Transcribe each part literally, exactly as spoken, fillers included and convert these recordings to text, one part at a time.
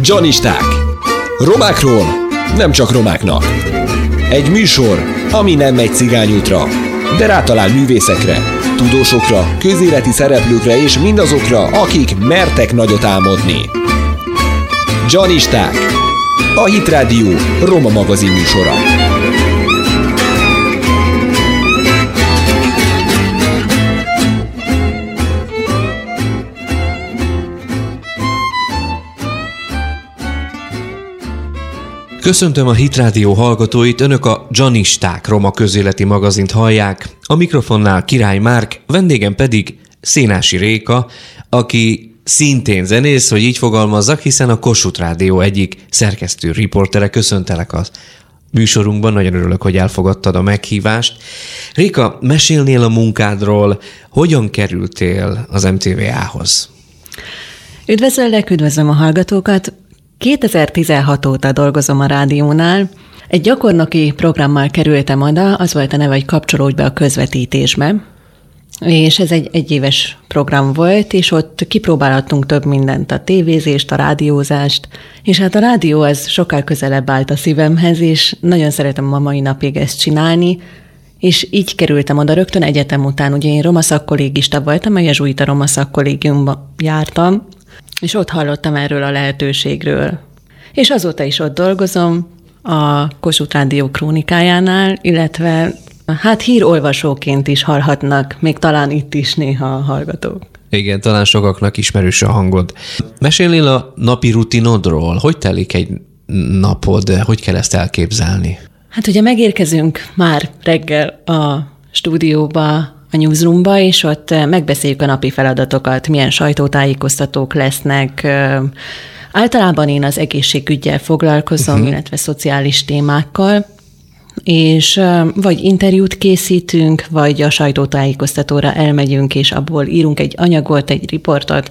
Dzsanisták. Romákról nem csak romáknak. Egy műsor, ami nem megy cigányútra, de rátalál művészekre, tudósokra, közéleti szereplőkre és mindazokra, akik mertek nagyot álmodni. Dzsanisták. A Hit Rádió roma magazin műsora. Köszöntöm a Hit Rádió hallgatóit, önök a Dzsanisták roma közéleti magazint hallják, a mikrofonnál Király Márk, vendégem pedig Szénási Réka, aki szintén zenész, hogy így fogalmazzak, hiszen a Kossuth Rádió egyik szerkesztő riportere. Köszöntelek a műsorunkban, nagyon örülök, hogy elfogadtad a meghívást. Réka, mesélnél a munkádról, hogyan kerültél az em té vé á-hoz? Üdvözöllek, üdvözlöm a hallgatókat! kétezer-tizenhat óta dolgozom a rádiónál. Egy gyakornoki programmal kerültem oda, az volt a neve, hogy kapcsolódj be a közvetítésbe. És ez egy egyéves program volt, és ott kipróbálhattunk több mindent, a tévézést, a rádiózást, és hát a rádió az sokkal közelebb állt a szívemhez, és nagyon szeretem a mai napig ezt csinálni, és így kerültem oda rögtön egyetem után. Ugye én roma szakkollégista voltam, a jezsuita roma szakkollégiumba jártam, és ott hallottam erről a lehetőségről. És azóta is ott dolgozom a Kossuth Rádió krónikájánál, illetve hát hírolvasóként is hallhatnak, még talán itt is néha a hallgatók. Igen, talán sokaknak ismerős a hangod. Mesélnél a napi rutinodról? Hogy telik egy napod? Hogy kell ezt elképzelni? Hát ugye megérkezünk már reggel a stúdióba, a newsroomba, és ott megbeszéljük a napi feladatokat, milyen sajtótájékoztatók lesznek. Általában én az egészségüggyel foglalkozom, uh-huh. illetve szociális témákkal, és vagy interjút készítünk, vagy a sajtótájékoztatóra elmegyünk, és abból írunk egy anyagot, egy riportot,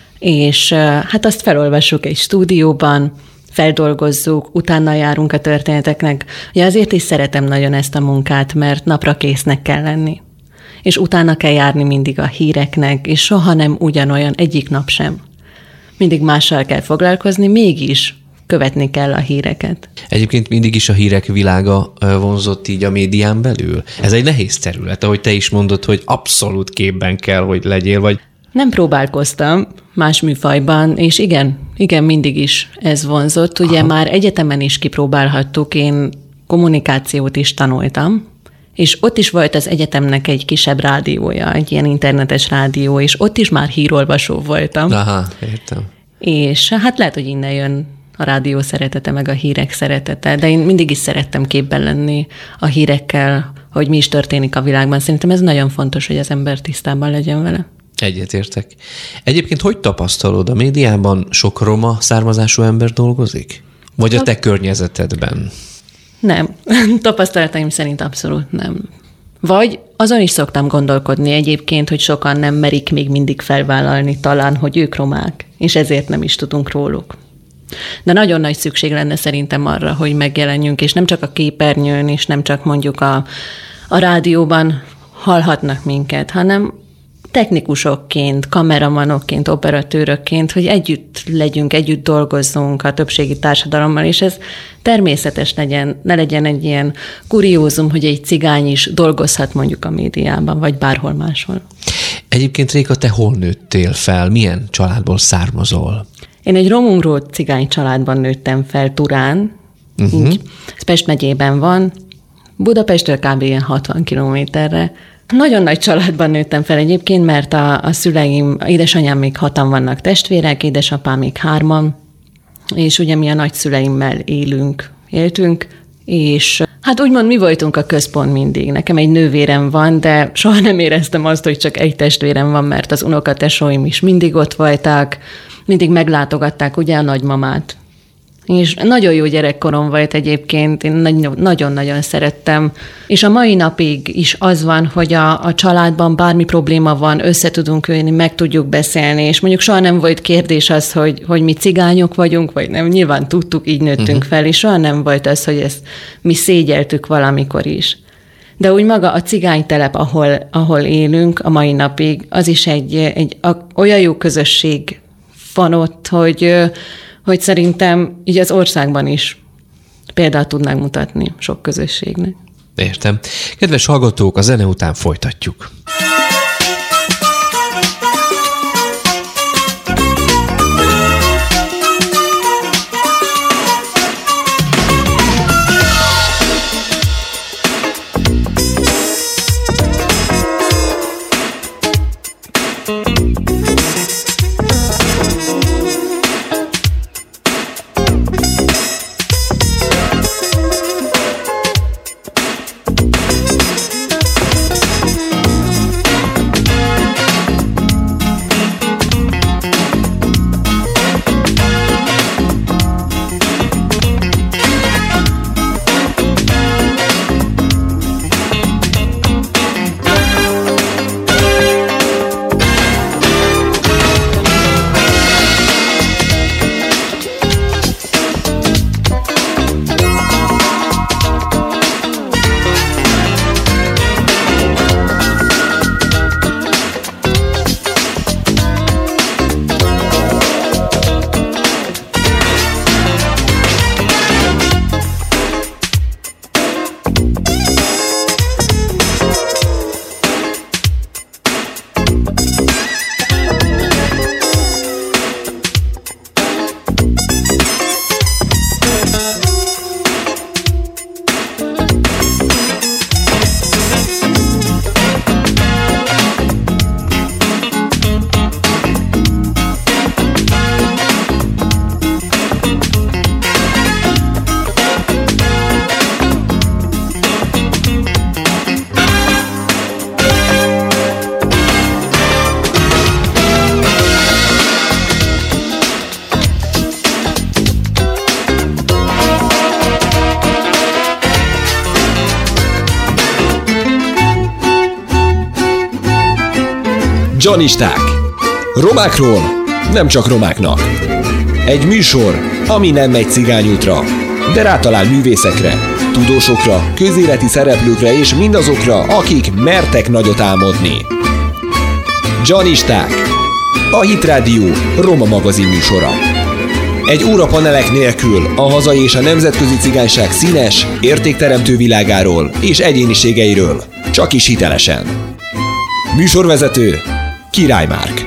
és hát azt felolvassuk egy stúdióban, feldolgozzuk, utána járunk a történeteknek. Ja, azért is szeretem nagyon ezt a munkát, mert napra késznek kell lenni. És utána kell járni mindig a híreknek, és soha nem ugyanolyan, egyik nap sem. Mindig mással kell foglalkozni, mégis követni kell a híreket. Egyébként mindig is a hírek világa vonzott így a médián belül? Ez egy nehéz terület, ahogy te is mondod, hogy abszolút képben kell, hogy legyél, vagy... Nem próbálkoztam más műfajban, és igen, igen, mindig is ez vonzott. Ugye Aha. már egyetemen is kipróbálhattuk, én kommunikációt is tanultam, és ott is volt az egyetemnek egy kisebb rádiója, egy ilyen internetes rádió, és ott is már hírolvasó voltam. Aha, értem. És hát lehet, hogy innen jön a rádió szeretete, meg a hírek szeretete, de én mindig is szerettem képben lenni a hírekkel, hogy mi is történik a világban. Szerintem ez nagyon fontos, hogy az ember tisztában legyen vele. Egyetértek. Egyébként hogy tapasztalod, a médiában sok roma származású ember dolgozik? Vagy a te környezetedben? Nem. Tapasztalataim szerint abszolút nem. Vagy azon is szoktam gondolkodni egyébként, hogy sokan nem merik még mindig felvállalni talán, hogy ők romák, és ezért nem is tudunk róluk. De nagyon nagy szükség lenne szerintem arra, hogy megjelenjünk, és nem csak a képernyőn, és nem csak mondjuk a, a rádióban hallhatnak minket, hanem technikusokként, kameramanokként, operatőrökként, hogy együtt legyünk, együtt dolgozzunk a többségi társadalommal, és ez természetes legyen, ne legyen egy ilyen kuriózum, hogy egy cigány is dolgozhat mondjuk a médiában, vagy bárhol máshol. Egyébként Réka, te hol nőttél fel? Milyen családból származol? Én egy romungról cigány családban nőttem fel Turán, uh-huh. így, ez Pest megyében van, Budapesttől kb. Ilyen hatvan kilométerre. Nagyon nagy családban nőttem fel egyébként, mert a, a szüleim, édesanyám még hatan vannak testvérek, édesapám még hárman, és ugye mi a nagyszüleimmel élünk, éltünk, és hát úgymond mi voltunk a központ mindig. Nekem egy nővérem van, de soha nem éreztem azt, hogy csak egy testvérem van, mert az unokatesóim is mindig ott voltak, mindig meglátogatták ugye a nagymamát. És nagyon jó gyerekkorom volt egyébként, én nagyon-nagyon szerettem. És a mai napig is az van, hogy a, a családban bármi probléma van, össze tudunk ülni, meg tudjuk beszélni, és mondjuk soha nem volt kérdés az, hogy, hogy mi cigányok vagyunk, vagy nem, nyilván tudtuk, így nőttünk uh-huh. fel, és soha nem volt az, hogy ezt mi szégyeltük valamikor is. De úgy maga a cigánytelep, ahol, ahol élünk a mai napig, az is egy, egy a, olyan jó közösség van ott, hogy hogy szerintem így az országban is példát tudnánk mutatni sok közösségnek. Értem. Kedves hallgatók, a zene után folytatjuk. Janisták. Romákról nem csak romáknak. Egy műsor, ami nem megy cigányútra, de rátalál művészekre, tudósokra, közéleti szereplőkre és mindazokra, akik mertek nagyot álmodni. Janisták. A Hit Rádió roma magazin műsora. Egy óra panelek nélkül a hazai és a nemzetközi cigányság színes, értékteremtő világáról és egyéniségeiről, csak is hitelesen. Műsorvezető Király Márk.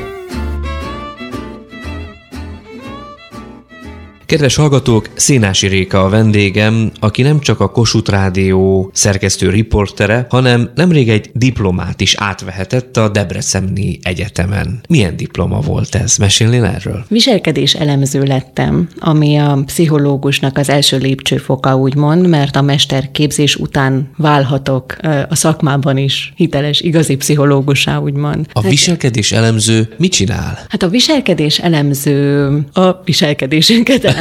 Kedves hallgatók, Szénási Réka a vendégem, aki nem csak a Kossuth Rádió szerkesztő riportere, hanem nemrég egy diplomát is átvehetett a Debreceni Egyetemen. Milyen diploma volt ez? Mesélnél erről? Viselkedés elemző lettem, ami a pszichológusnak az első lépcsőfoka, úgymond, mert a mesterképzés után válhatok a szakmában is hiteles, igazi pszichológussá, úgymond. A viselkedés elemző mit csinál? Hát a viselkedés elemző a viselkedésünket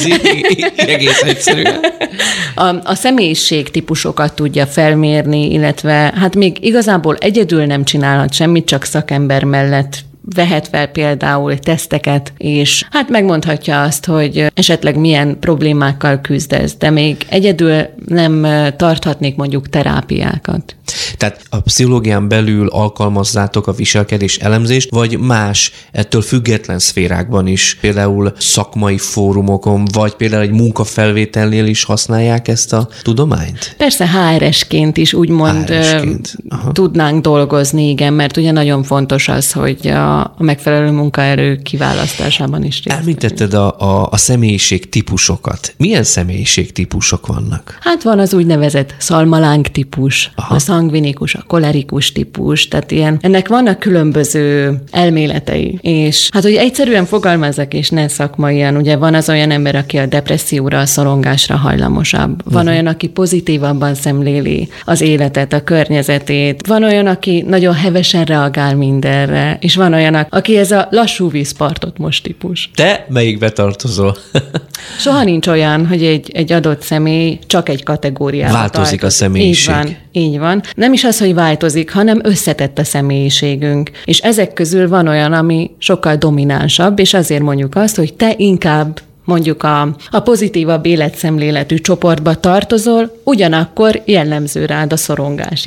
egész egyszerűen. A, a személyiség típusokat tudja felmérni, illetve hát még igazából egyedül nem csinálhat semmit, csak szakember mellett vehet fel például teszteket, és hát megmondhatja azt, hogy esetleg milyen problémákkal küzdesz, de még egyedül nem tarthatnék mondjuk terápiákat. Tehát a pszichológián belül alkalmazzátok a viselkedés elemzést, vagy más ettől független szférákban is, például szakmai fórumokon, vagy például egy munkafelvételnél is használják ezt a tudományt? Persze há er esként is úgymond há er esként. Tudnánk dolgozni, igen, mert ugye nagyon fontos az, hogy a, a megfelelő munkaerő kiválasztásában is részt. Említetted a, a, a személyiség típusokat. Milyen személyiség típusok vannak? Hát van az úgynevezett szalmalánk típus, aha, a szangvinikus, a kolerikus típus, tehát ilyen, ennek vannak különböző elméletei, és hát, hogy egyszerűen fogalmazzak, és ne szakmaian, ugye van az olyan ember, aki a depresszióra, a szorongásra hajlamosabb, van uh-huh. olyan, aki pozitívabban szemléli az életet, a környezetét, van olyan, aki nagyon hevesen reagál mindenre, és van olyan, aki ez a lassú vízpartot most típus. Te melyikbe tartozol? Soha nincs olyan, hogy egy, egy adott személy csak egy kategóriába változik tartozik. A személyiség. Így van, így van. Nem is az, hogy változik, hanem összetett a személyiségünk. És ezek közül van olyan, ami sokkal dominánsabb, és azért mondjuk azt, hogy te inkább mondjuk a, a pozitívabb életszemléletű csoportba tartozol, ugyanakkor jellemző rád a szorongás is.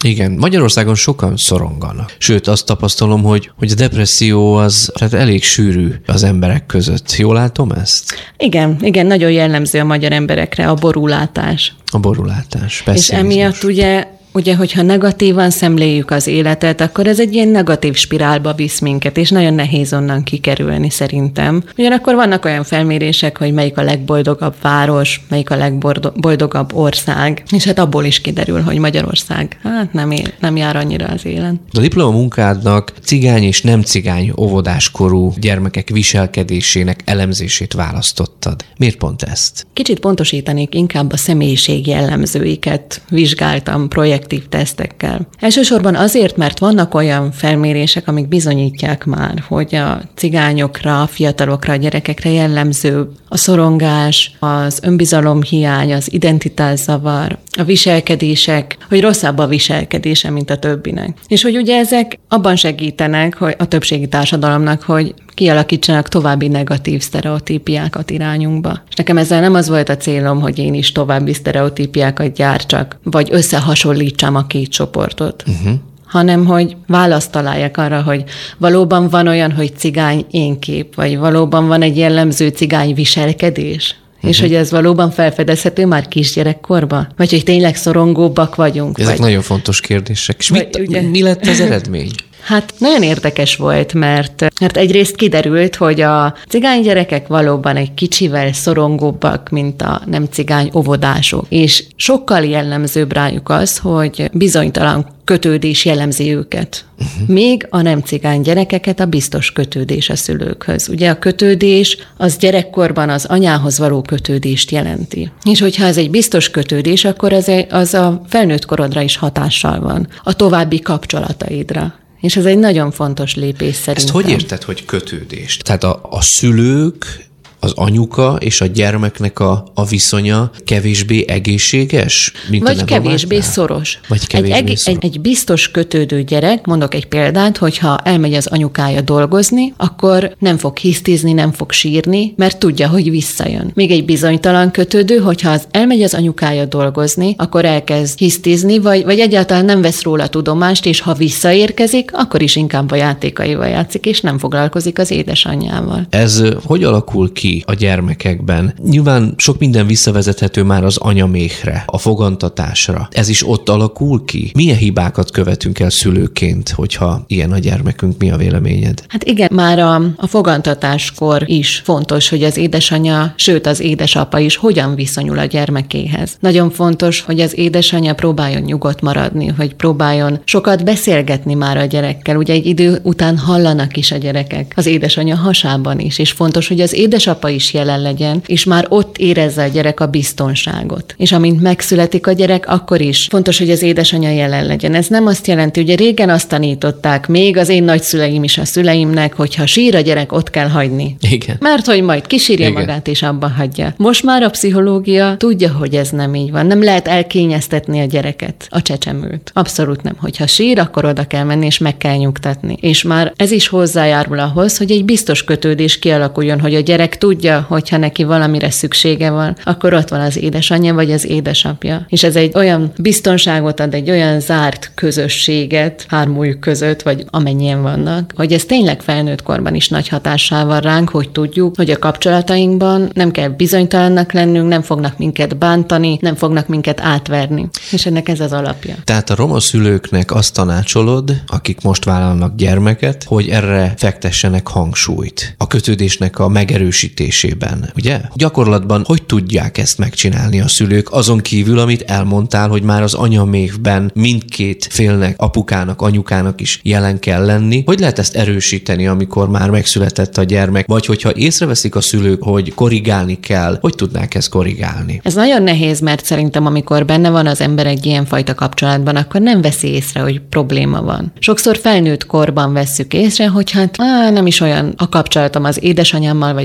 Igen, Magyarországon sokan szoronganak. Sőt, azt tapasztalom, hogy, hogy a depresszió az tehát elég sűrű az emberek között. Jól látom ezt? Igen, igen, nagyon jellemző a magyar emberekre a borulátás. A borulátás, pessimizmus. És emiatt ugye Ugye, hogyha negatívan szemléljük az életet, akkor ez egy ilyen negatív spirálba visz minket, és nagyon nehéz onnan kikerülni szerintem. Ugyanakkor vannak olyan felmérések, hogy melyik a legboldogabb város, melyik a legboldogabb ország, és hát abból is kiderül, hogy Magyarország hát nem, él, nem jár annyira az élen. A diplomamunkádnak cigány és nem cigány óvodáskorú gyermekek viselkedésének elemzését választottad. Miért pont ezt? Kicsit pontosítanék, inkább a személyiség jellemzőiket vizsgáltam projekt aktív tesztekkel. Elsősorban azért, mert vannak olyan felmérések, amik bizonyítják már, hogy a cigányokra, a fiatalokra, a gyerekekre jellemző a szorongás, az önbizalomhiány, az identitászavar, a viselkedések, hogy rosszabb a viselkedése, mint a többinek. És hogy ugye ezek abban segítenek, hogy a többségi társadalomnak, hogy kialakítsanak további negatív sztereotípiákat irányunkba. És nekem ezzel nem az volt a célom, hogy én is további sztereotípiákat gyártsak, vagy összehasonlítsam a két csoportot. Uh-huh. hanem hogy választ találjak arra, hogy valóban van olyan, hogy cigány énkép, vagy valóban van egy jellemző cigány viselkedés, uh-huh. és hogy ez valóban felfedezhető már kisgyerekkorban? Vagy hogy tényleg szorongóbbak vagyunk? Ezek vagy... nagyon fontos kérdések. És vagy, mit, ugye... mi lett az eredmény? Hát nagyon érdekes volt, mert, mert egyrészt kiderült, hogy a cigány gyerekek valóban egy kicsivel szorongóbbak, mint a nem cigány óvodások. És sokkal jellemzőbb rájuk az, hogy bizonytalan kötődés jellemzi őket. Uh-huh. Még a nem cigány gyerekeket a biztos kötődés a szülőkhöz. Ugye a kötődés az gyerekkorban az anyához való kötődést jelenti. És hogyha ez egy biztos kötődés, akkor az, egy, az a felnőtt korodra is hatással van. A további kapcsolataidra. És ez egy nagyon fontos lépés szerintem. Ezt hogy érted, hogy kötődést? Tehát a, a szülők, az anyuka és a gyermeknek a, a viszonya kevésbé egészséges, mint Vagy a kevésbé normálnál? szoros. Vagy kevésbé egy, szoros. Egy, egy biztos kötődő gyerek, mondok egy példát, hogyha elmegy az anyukája dolgozni, akkor nem fog hisztizni, nem fog sírni, mert tudja, hogy visszajön. Még egy bizonytalan kötődő, hogyha az elmegy az anyukája dolgozni, akkor elkezd hisztizni, vagy, vagy egyáltalán nem vesz róla tudomást, és ha visszaérkezik, akkor is inkább a játékaival játszik, és nem foglalkozik az édesanyjával. Ez hogy alakul ki a gyermekekben? Nyilván sok minden visszavezethető már az anyaméhre, a fogantatásra. Ez is ott alakul ki? Milyen hibákat követünk el szülőként, hogyha ilyen a gyermekünk? Mi a véleményed? Hát igen, már a, a fogantatáskor is fontos, hogy az édesanyja, sőt az édesapa is hogyan viszonyul a gyermekéhez. Nagyon fontos, hogy az édesanyja próbáljon nyugodt maradni, hogy próbáljon sokat beszélgetni már a gyerekkel. Ugye egy idő után hallanak is a gyerekek az édesanyja hasában is, és fontos, hogy az édesapa is jelen legyen, és már ott érezze a gyerek a biztonságot. És amint megszületik a gyerek, akkor is fontos, hogy az édesanyja jelen legyen. Ez nem azt jelenti, ugye régen azt tanították, még az én nagyszüleim is a szüleimnek, hogy ha sír a gyerek, ott kell hagyni. Igen. Mert hogy majd kisírja Igen. magát, és abba hagyja. Most már a pszichológia tudja, hogy ez nem így van. Nem lehet elkényeztetni a gyereket, a csecsemőt. Abszolút nem. Hogyha sír, akkor oda kell menni, és meg kell nyugtatni. És már ez is hozzájárul ahhoz, hogy egy biztos kötődés kialakuljon, hogy a gyerek tudja, hogyha neki valamire szüksége van, akkor ott van az édesanyja vagy az édesapja. És ez egy olyan biztonságot ad, egy olyan zárt közösséget hármójuk között, vagy amennyien vannak, hogy ez tényleg felnőtt korban is nagy hatással van ránk, hogy tudjuk, hogy a kapcsolatainkban nem kell bizonytalannak lennünk, nem fognak minket bántani, nem fognak minket átverni. És ennek ez az alapja. Tehát a roma szülőknek azt tanácsolod, akik most vállalnak gyermeket, hogy erre fektessenek hangsúlyt. A kötődésnek a megerősítésében, ugye? Gyakorlatban hogy tudják ezt megcsinálni a szülők, azon kívül, amit elmondtál, hogy már az anyaméhben mindkét félnek, apukának, anyukának is jelen kell lenni. Hogy lehet ezt erősíteni, amikor már megszületett a gyermek, vagy hogyha észreveszik a szülők, hogy korrigálni kell, hogy tudnák ezt korrigálni? Ez nagyon nehéz, mert szerintem amikor benne van az ember egy ilyenfajta kapcsolatban, akkor nem veszi észre, hogy probléma van. Sokszor felnőtt korban vesszük észre, hogy hát á, nem is olyan a kapcsolatom az édesanyámmal vagy az édesapámmal,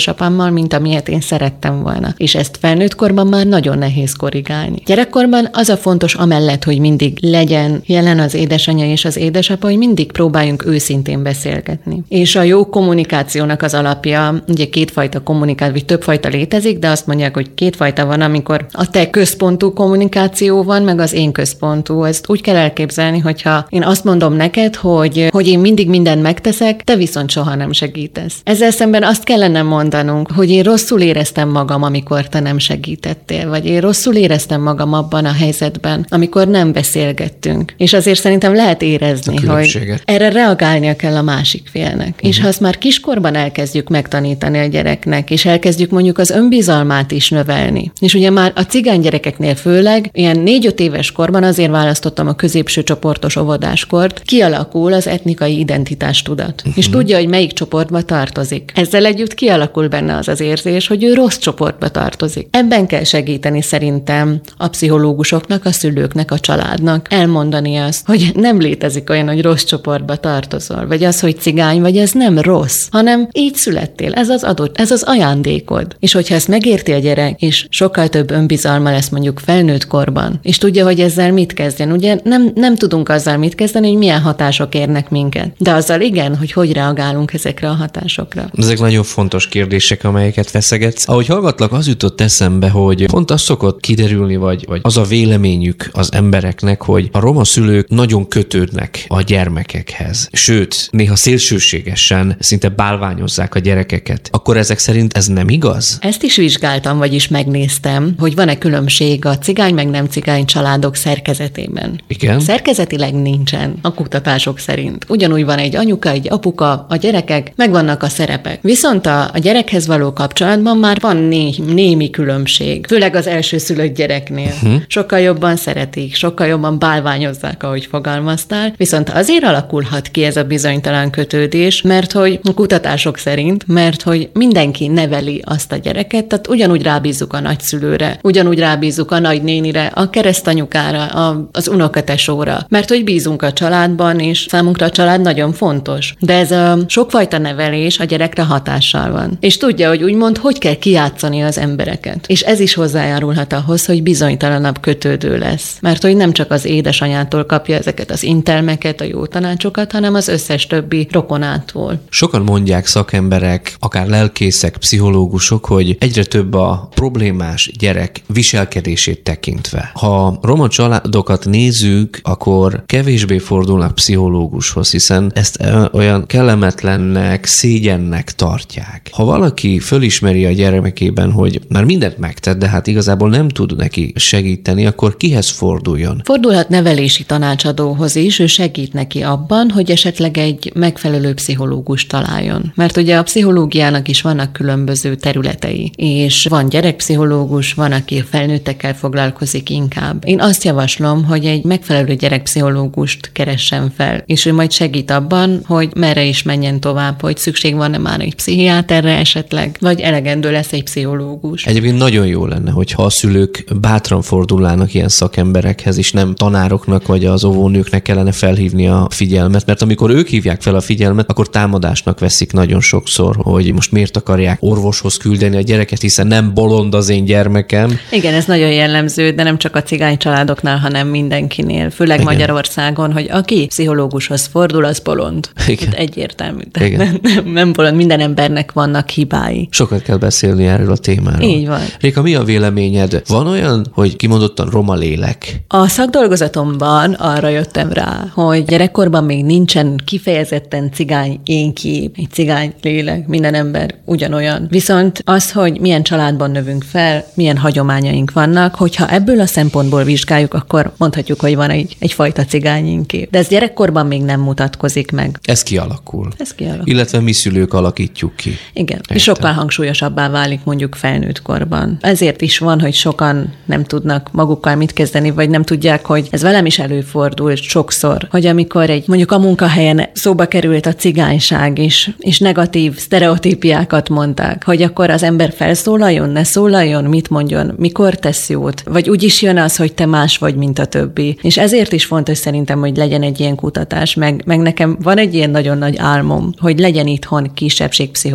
édesapámmal, mint amilyet én szerettem volna. És ezt felnőtt korban már nagyon nehéz korrigálni. Gyerekkorban az a fontos amellett, hogy mindig legyen jelen az édesanyja és az édesapa, hogy mindig próbáljunk őszintén beszélgetni. És a jó kommunikációnak az alapja, ugye kétfajta kommunikáció, vagy többfajta létezik, de azt mondják, hogy kétfajta van, amikor a te központú kommunikáció van, meg az én központú. Ezt úgy kell elképzelni, hogyha én azt mondom neked, hogy, hogy én mindig mindent megteszek, te viszont soha nem segítesz. Ezzel szemben azt kellene mondanunk, hogy én rosszul éreztem magam, amikor te nem segítettél, vagy én rosszul éreztem magam abban a helyzetben, amikor nem beszélgettünk. És azért szerintem lehet érezni, hogy erre reagálnia kell a másik félnek. Uh-huh. És ha azt már kiskorban elkezdjük megtanítani a gyereknek, és elkezdjük mondjuk az önbizalmát is növelni. És ugye már a cigány gyerekeknél főleg, ilyen négy-öt éves korban azért választottam a középső csoportos óvodáskort, kialakul az etnikai identitástudat. Uh-huh. És tudja, hogy melyik csoportba tartozik. Ezzel együtt kialakul benne az az érzés, hogy ő rossz csoportba tartozik. Ebben kell segíteni szerintem a pszichológusoknak, a szülőknek, a családnak elmondani azt, hogy nem létezik olyan, hogy rossz csoportba tartozol, vagy az, hogy cigány vagy, ez nem rossz, hanem így születtél, ez az adott, ez az ajándékod. És hogyha ezt megérti a gyerek, és sokkal több önbizalma lesz mondjuk felnőtt korban, és tudja, hogy ezzel mit kezdjen. Ugye nem, nem tudunk azzal mit kezdeni, hogy milyen hatások érnek minket. De azzal igen, hogy hogy reagálunk ezekre a hatásokra. Ezek nagyon fontos kérdések, amelyeket feszegetsz. Ahogy hallgatlak, az jutott eszembe, hogy pont az szokott kiderülni, vagy, vagy az a véleményük az embereknek, hogy a roma szülők nagyon kötődnek a gyermekekhez. Sőt, néha szélsőségesen szinte bálványozzák a gyerekeket. Akkor ezek szerint ez nem igaz? Ezt is vizsgáltam, vagyis megnéztem, hogy van-e különbség a cigány meg nem cigány családok szerkezetében. Igen? Szerkezetileg nincsen a kutatások szerint. Ugyanúgy van egy anyuka, egy apuka, a gyerekek, megvannak a szerepek. Viszont a, a gyerekhez való kapcsolatban már van né, némi különbség, főleg az elsőszülött gyereknél. Uh-huh. Sokkal jobban szeretik, sokkal jobban bálványozzák, ahogy fogalmaztál, viszont azért alakulhat ki ez a bizonytalan kötődés, mert hogy a kutatások szerint, mert hogy mindenki neveli azt a gyereket, tehát ugyanúgy rábízzuk a nagyszülőre, ugyanúgy rábízzuk a nagynénire, a keresztanyukára, a, az unokatesóra, mert hogy bízunk a családban, és számunkra a család nagyon fontos. De ez a sokfajta nevelés a gyerekre hatással van. És tudja, hogy úgymond hogy kell kijátszani az embereket. És ez is hozzájárulhat ahhoz, hogy bizonytalanabb kötődő lesz. Mert hogy nem csak az édesanyától kapja ezeket az intelmeket, a jó tanácsokat, hanem az összes többi rokonától. Sokan mondják szakemberek, akár lelkészek, pszichológusok, hogy egyre több a problémás gyerek viselkedését tekintve. Ha roma családokat nézzük, akkor kevésbé fordulnak pszichológushoz, hiszen ezt olyan kellemetlennek, szégyennek tartják. Ha valaki fölismeri a gyermekében, hogy már mindent megtett, de hát igazából nem tud neki segíteni, akkor kihez forduljon? Fordulhat nevelési tanácsadóhoz is, ő segít neki abban, hogy esetleg egy megfelelő pszichológus találjon. Mert ugye a pszichológiának is vannak különböző területei, és van gyerekpszichológus, van, aki felnőttekkel foglalkozik inkább. Én azt javaslom, hogy egy megfelelő gyerekpszichológust keressen fel, és ő majd segít abban, hogy merre is menjen tovább, hogy szükség van-e már egy pszichiáterre esetleg, vagy elegendő lesz egy pszichológus. Egyébként nagyon jó lenne, hogyha a szülők bátran fordulnának ilyen szakemberekhez, és nem tanároknak vagy az óvónőknek kellene felhívni a figyelmet, mert amikor ők hívják fel a figyelmet, akkor támadásnak veszik nagyon sokszor, hogy most miért akarják orvoshoz küldeni a gyereket, hiszen nem bolond az én gyermekem. Igen, ez nagyon jellemző, de nem csak a cigány családoknál, hanem mindenkinél, főleg igen. Magyarországon, hogy aki pszichológushoz fordul, az bolond. Igen. Egyértelmű. Nem, nem, nem bolond, minden embernek vannak hibái. Sokat kell beszélni erről a témáról. Így van. Réka, mi a véleményed? Van olyan, hogy kimondottan roma lélek? A szakdolgozatomban arra jöttem rá, hogy gyerekkorban még nincsen kifejezetten cigány énkép, egy cigány lélek, minden ember ugyanolyan. Viszont az, hogy milyen családban növünk fel, milyen hagyományaink vannak, hogyha ebből a szempontból vizsgáljuk, akkor mondhatjuk, hogy van egy, egyfajta cigány énkép. De ez gyerekkorban még nem mutatkozik meg. Ez kialakul. Ez kialakul. Illetve mi szülők alakítjuk ki. Igen, és sokkal hangsúlyosabbá válik mondjuk felnőtt korban. Ezért is van, hogy sokan nem tudnak magukkal mit kezdeni, vagy nem tudják, hogy ez velem is előfordult sokszor, hogy amikor egy mondjuk a munkahelyen szóba került a cigányság is, és negatív sztereotípiákat mondták, hogy akkor az ember felszólaljon, ne szólaljon, mit mondjon, mikor tesz jót, vagy úgy is jön az, hogy te más vagy, mint a többi. És ezért is fontos szerintem, hogy legyen egy ilyen kutatás, meg, meg nekem van egy ilyen nagyon nagy álmom, hogy legyen itthon kisebbségpszichológia.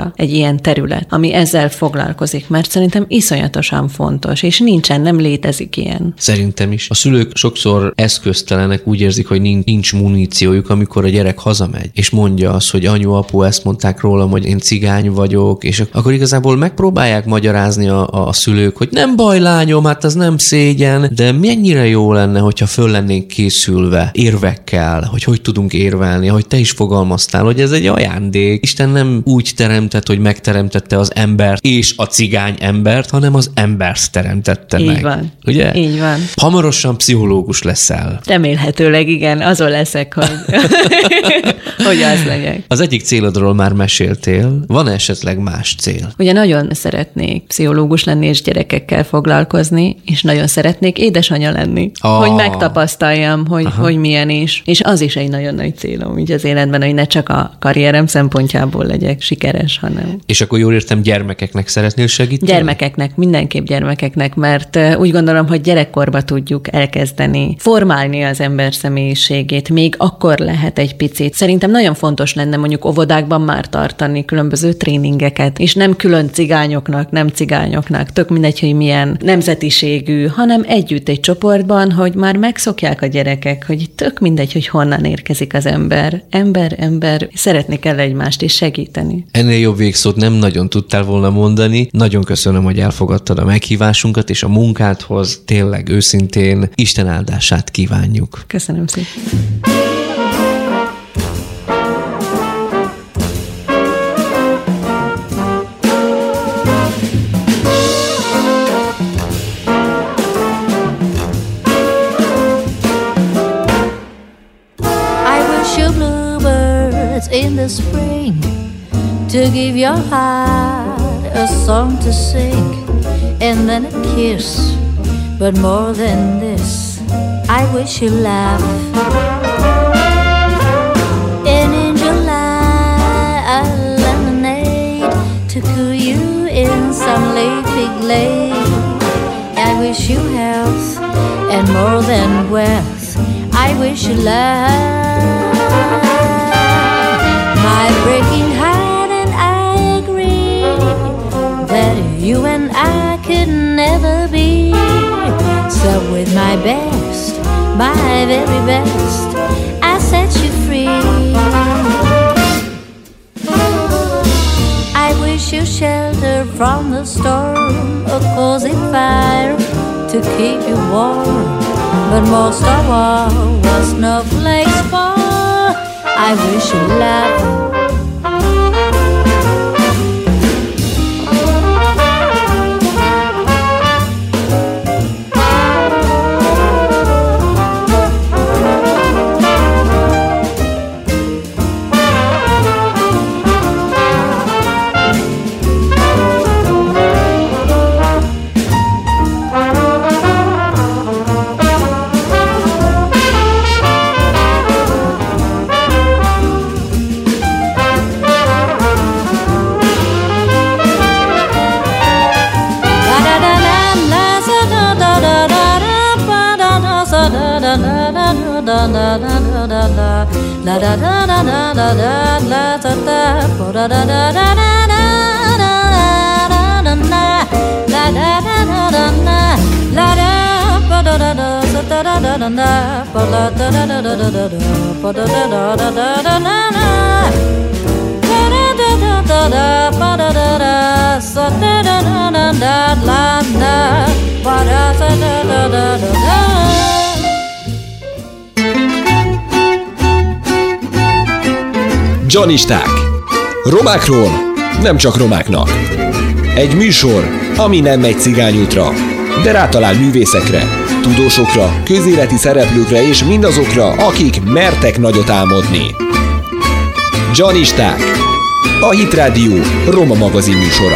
számunkra egy ilyen terület, ami ezzel foglalkozik, mert szerintem iszonyatosan fontos, és nincsen, nem létezik ilyen. Szerintem is. A szülők sokszor eszköztelenek, úgy érzik, hogy nincs, nincs muníciójuk, amikor a gyerek hazamegy, és mondja azt, hogy anyu, apu, ezt mondták rólam, hogy én cigány vagyok, és akkor igazából megpróbálják magyarázni a, a szülők, hogy nem baj, lányom, hát az nem szégyen, de mennyire jó lenne, hogyha föl lennénk készülve érvekkel, hogy hogy tudunk érvelni, hogy te is fogalmaztál, hogy ez egy ajándék. Isten nem úgy teremtett, hogy megteremtette az embert és a cigány embert, hanem az embert teremtette Így meg. van. Ugye? Így van. Hamarosan pszichológus leszel. Remélhetőleg igen, azon leszek, hogy, hogy az legyek. Az egyik célodról már meséltél. Van esetleg más cél? Ugye nagyon szeretnék pszichológus lenni és gyerekekkel foglalkozni, és nagyon szeretnék édesanya lenni, Ah. hogy megtapasztaljam, hogy, hogy milyen is. És az is egy nagyon nagy célom így az életben, hogy ne csak a karrierem szempontjából legyek sikeres, hanem... És akkor jól értem, gyermekeknek szeretnél segíteni? Gyermekeknek, mindenképp gyermekeknek, mert úgy gondolom, hogy gyerekkorba tudjuk elkezdeni formálni az ember személyiségét, még akkor lehet egy picit. Szerintem nagyon fontos lenne mondjuk óvodákban már tartani különböző tréningeket, és nem külön cigányoknak, nem cigányoknak, tök mindegy, hogy milyen nemzetiségű, hanem együtt egy csoportban, hogy már megszokják a gyerekek, hogy tök mindegy, hogy honnan érkezik az ember. Ember, ember, szeretni kell egymást és segíteni. Ennél jobb végszót nem nagyon tudtál volna mondani. Nagyon köszönöm, hogy elfogadtad a meghívásunkat, és a munkádhoz tényleg őszintén Isten áldását kívánjuk. Köszönöm szépen. In the spring, to give your heart a song to sing, and then a kiss. But more than this, I wish you laugh. And in July, a lemonade to cool you in some leafy glade. I wish you health and more than wealth. I wish you love. My breaking heart and I agree that you and I could never be. So with my best, my very best, I set you free. I wish you shelter from the storm, a cozy fire to keep you warm. But most of all, what snowflakes fall, I wish you love. La da da da da da da la da da da da da da da da da da la da da da da da la da ba da da da da da da da da ba la da da da da da da ba da da da da da da na na da da da da da ba da da da sa da da da da da la da ba da da da da da da. Johnnisták. Romákról nem csak romáknak. Egy műsor, ami nem megy cigányútra, de rátalál művészekre, tudósokra, közéleti szereplőkre és mindazokra, akik mertek nagyot álmodni. Johnnisták. A Hit Rádió roma magazin műsora.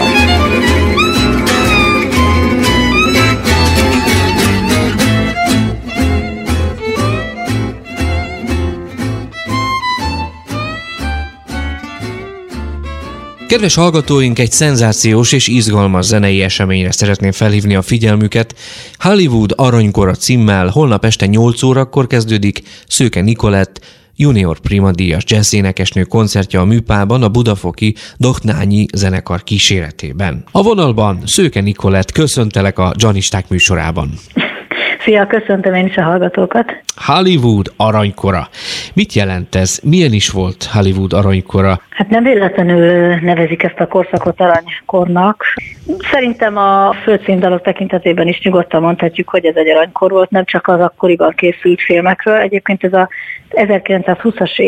Kedves hallgatóink, egy szenzációs és izgalmas zenei eseményre szeretném felhívni a figyelmüket. Hollywood Aranykora címmel holnap este nyolc órakor kezdődik Szőke Nikolett junior primadíjas jazzénekesnő koncertje a Műpában a budafoki Dohnányi zenekar kíséretében. A vonalban Szőke Nikolett, köszöntelek a Janisták műsorában. Szia, köszöntöm én is a hallgatókat. Hollywood aranykora. Mit jelent ez? Milyen is volt Hollywood aranykora? Hát nem véletlenül nevezik ezt a korszakot aranykornak. Szerintem a főcímdalok tekintetében is nyugodtan mondhatjuk, hogy ez egy aranykor volt, nem csak az akkoriban készült filmekről. Egyébként ez az ezerkilencszázhúszas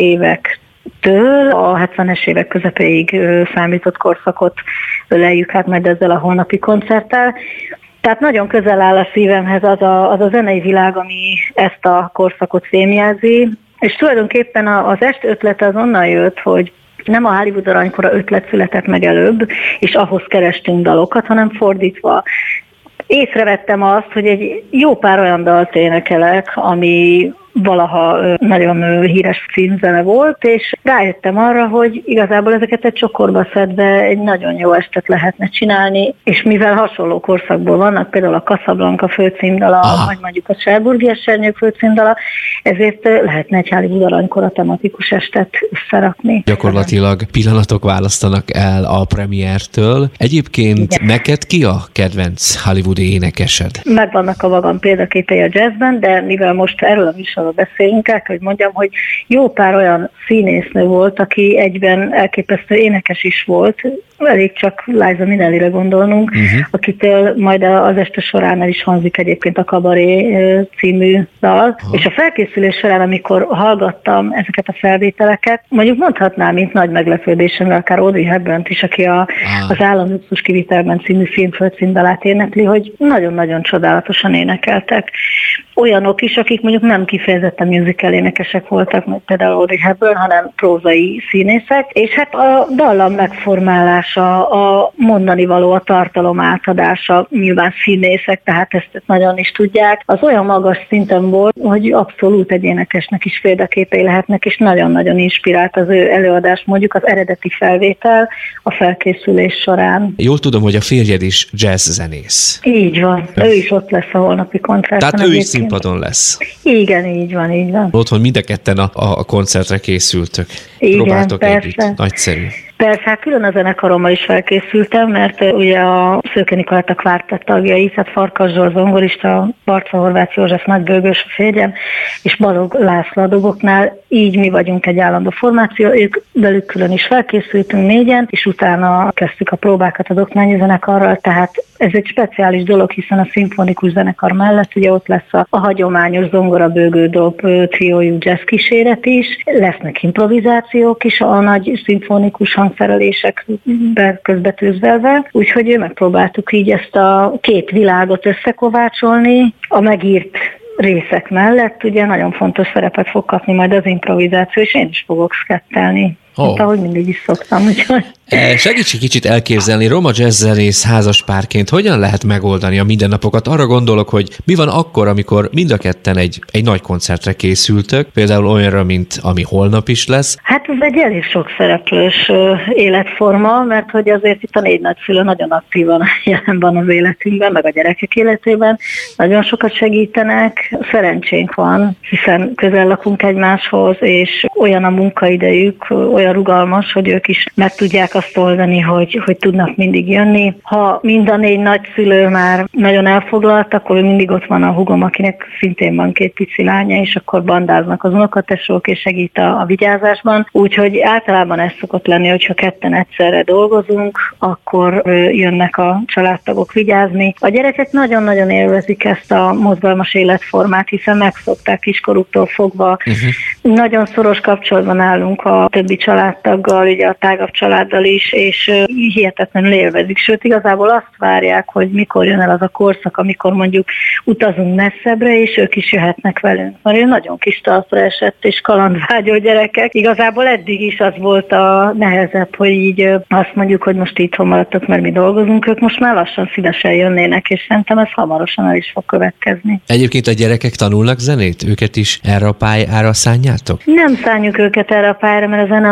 évektől a hetvenes évek közepéig számított korszakot öleljük hát majd ezzel a holnapi koncerttel. Tehát nagyon közel áll a szívemhez az a, az a zenei világ, ami ezt a korszakot fémjelzi, és tulajdonképpen az est ötlete az onnan jött, hogy nem a Hollywood aranykora ötlet született meg előbb, és ahhoz kerestünk dalokat, hanem fordítva. Észrevettem azt, hogy egy jó pár olyan dalt énekelek, ami valaha nagyon híres címzene volt, és rájöttem arra, hogy igazából ezeket egy csokorba szedve egy nagyon jó estet lehetne csinálni, és mivel hasonló korszakból vannak, például a Casablanca főcímdala, Aha. vagy mondjuk a Cherbourgi esernyők főcímdala, ezért lehetne egy Hollywood aranykora tematikus estet összerakni. Gyakorlatilag pillanatok választanak el a premiértől. Egyébként Igen. neked ki a kedvenc hollywoodi énekesed? Megvannak a magam példaképei a jazzben, de mivel most erről a műsorról beszélünk, el, hogy mondjam, hogy jó pár olyan színésznő volt, aki egyben elképesztő énekes is volt, elég csak Liza Minnellyre gondolnunk, uh-huh. akitől majd az este során el is hangzik egyébként a Kabaré című dal. Uh-huh. És a felkészülés során, amikor hallgattam ezeket a felvételeket, mondjuk mondhatnám, mint nagy meglepődésemre, akár Audrey Hepburnt is, aki a, uh-huh. az Állam luxus kivitelben című film földcímdalát énekli, hogy nagyon-nagyon csodálatosan énekeltek. Olyanok is, akik mondjuk nem kifejezetten musical énekesek voltak, mint például Audrey Hepburn, hanem prózai színészek, és hát a dallam megformálása, a mondani való, a tartalom átadása, nyilván színészek, tehát ezt nagyon is tudják. Az olyan magas szinten volt, hogy abszolút egy énekesnek is példaképei lehetnek, és nagyon-nagyon inspirált az ő előadás, mondjuk az eredeti felvétel a felkészülés során. Jól tudom, hogy a férjed is jazz zenész. Így van, Öh. ő is ott lesz a holnapi koncerten. Tehát ő is színpadon lesz. Igen, így van, így van. Otthon mind a ketten a, a koncertre készültök. Igen, próbáltok persze. együtt. Nagyszerű. Persze, hát külön a zenekarommal is felkészültem, mert ugye a Szőke Nikolett a kvártett tagjai, tehát Farkas Zsolt zongorista, Barca Horváth József nagybőgős a férjem, és Balogh László a doboknál, így mi vagyunk egy állandó formáció, ők velük külön is felkészültünk négyen, és utána kezdtük a próbákat a Dohnányi zenekarral, tehát ez egy speciális dolog, hiszen a szimfonikus zenekar mellett ugye ott lesz a, a hagyományos zongora, bőgő, dob, triójú jazz kíséret is, lesznek improvizációk is a nagy szimfonikus hangszerelésekbe közbetűzvelve, úgyhogy megpróbáltuk így ezt a két világot összekovácsolni, a megírt részek mellett ugye nagyon fontos szerepet fog kapni majd az improvizáció, és én is fogok skettelni. Oh. Hát, ahogy mindig is szoktam. Úgyhogy. Segíts egy kicsit elképzelni, roma jazzzenész házaspárként hogyan lehet megoldani a mindennapokat? Arra gondolok, hogy mi van akkor, amikor mind a ketten egy, egy nagy koncertre készültök, például olyanra, mint ami holnap is lesz. Hát ez egy elég sok szereplős életforma, mert hogy azért itt a négy nagyszülő nagyon aktívan jelen van az életünkben, meg a gyerekek életében. Nagyon sokat segítenek, szerencsénk van, hiszen közel lakunk egymáshoz, és olyan a munkaidejük, olyan rugalmas, hogy ők is meg tudják azt oldani, hogy, hogy tudnak mindig jönni. Ha mind a négy nagyszülő már nagyon elfoglalt, akkor mindig ott van a húgom, akinek szintén van két pici lánya, és akkor bandáznak az unokatesók, és segít a, a vigyázásban. Úgyhogy általában ez szokott lenni, hogyha ketten egyszerre dolgozunk, akkor jönnek a családtagok vigyázni. A gyerekek nagyon-nagyon élvezik ezt a mozgalmas életformát, hiszen megszokták kiskoruktól fogva. Uh-huh. Nagyon szoros kapcsolatban állunk a többi családtaggal, ugye a tágabb családdal is, és hihetetlenül élvezik. Sőt, igazából azt várják, hogy mikor jön el az a korszak, amikor mondjuk utazunk messzebbre, és ők is jöhetnek velünk. Mert ő nagyon kis talpra esett, és kalandvágyó gyerekek. Igazából eddig is az volt a nehezebb, hogy így azt mondjuk, hogy most itthon maradtok, mert mi dolgozunk, ők most már lassan szívesen jönnének, és szerintem ez hamarosan el is fog következni. Egyébként a gyerekek tanulnak zenét? Őket is erre a pályára szánjátok? Nem szánjuk őket erre a pályára, mert a zene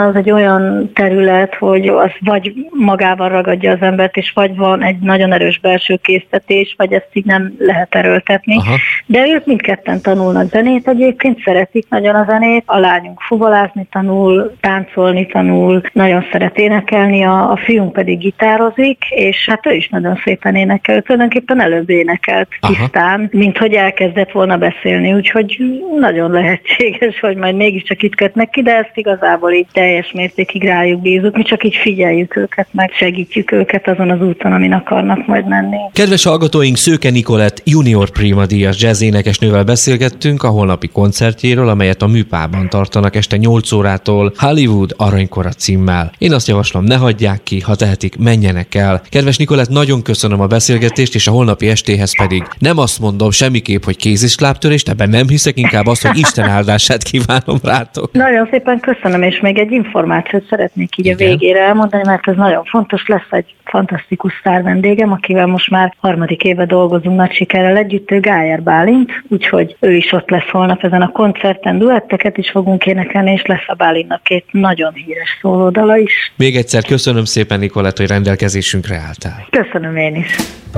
az egy olyan terület, hogy az vagy magával ragadja az embert, és vagy van egy nagyon erős belső késztetés, vagy ezt így nem lehet erőltetni. Aha. De ők mindketten tanulnak zenét egyébként, szeretik nagyon a zenét, a lányunk fuvolázni tanul, táncolni tanul, nagyon szeret énekelni, a, a fiunk pedig gitározik, és hát ő is nagyon szépen énekel, tulajdonképpen előbb énekelt tisztán, mint hogy elkezdett volna beszélni, úgyhogy nagyon lehetséges, hogy majd mégiscsak itt kötnek ki, de ezt igazából így teljes mértékig rájuk bízunk, mi csak így figyeljük őket, meg segítjük őket azon az úton, amin akarnak majd menni. Kedves hallgatóink, Szőke Nikolett junior Prima díjas jazzénekesnővel beszélgettünk a holnapi koncertjéről, amelyet a Műpában tartanak este nyolc órától Hollywood Aranykora címmel. Én azt javaslom, ne hagyják ki, ha tehetik, menjenek el. Kedves Nikolett, nagyon köszönöm a beszélgetést, és a holnapi estéhez pedig nem azt mondom semmiképp, hogy kézislábtörést, ebben nem hiszek, inkább azt, hogy Isten áldását kívánom rátok. Nagyon szépen köszönöm, és még egy információt szeretnék így Igen. a végére elmondani, mert ez nagyon fontos, lesz egy fantasztikus sztár vendégem, akivel most már harmadik éve dolgozunk nagy sikerrel együtt, ő Gájer Bálint, úgyhogy ő is ott lesz holnap ezen a koncerten, duetteket is fogunk énekelni, és lesz a Bálintnak két nagyon híres szólódala is. Még egyszer köszönöm szépen, Nikolett, hogy rendelkezésünkre álltál. Köszönöm én is.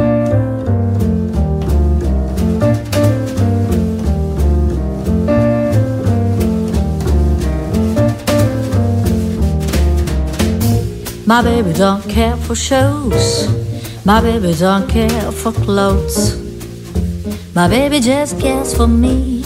My baby don't care for shows. My baby don't care for clothes. My baby just cares for me.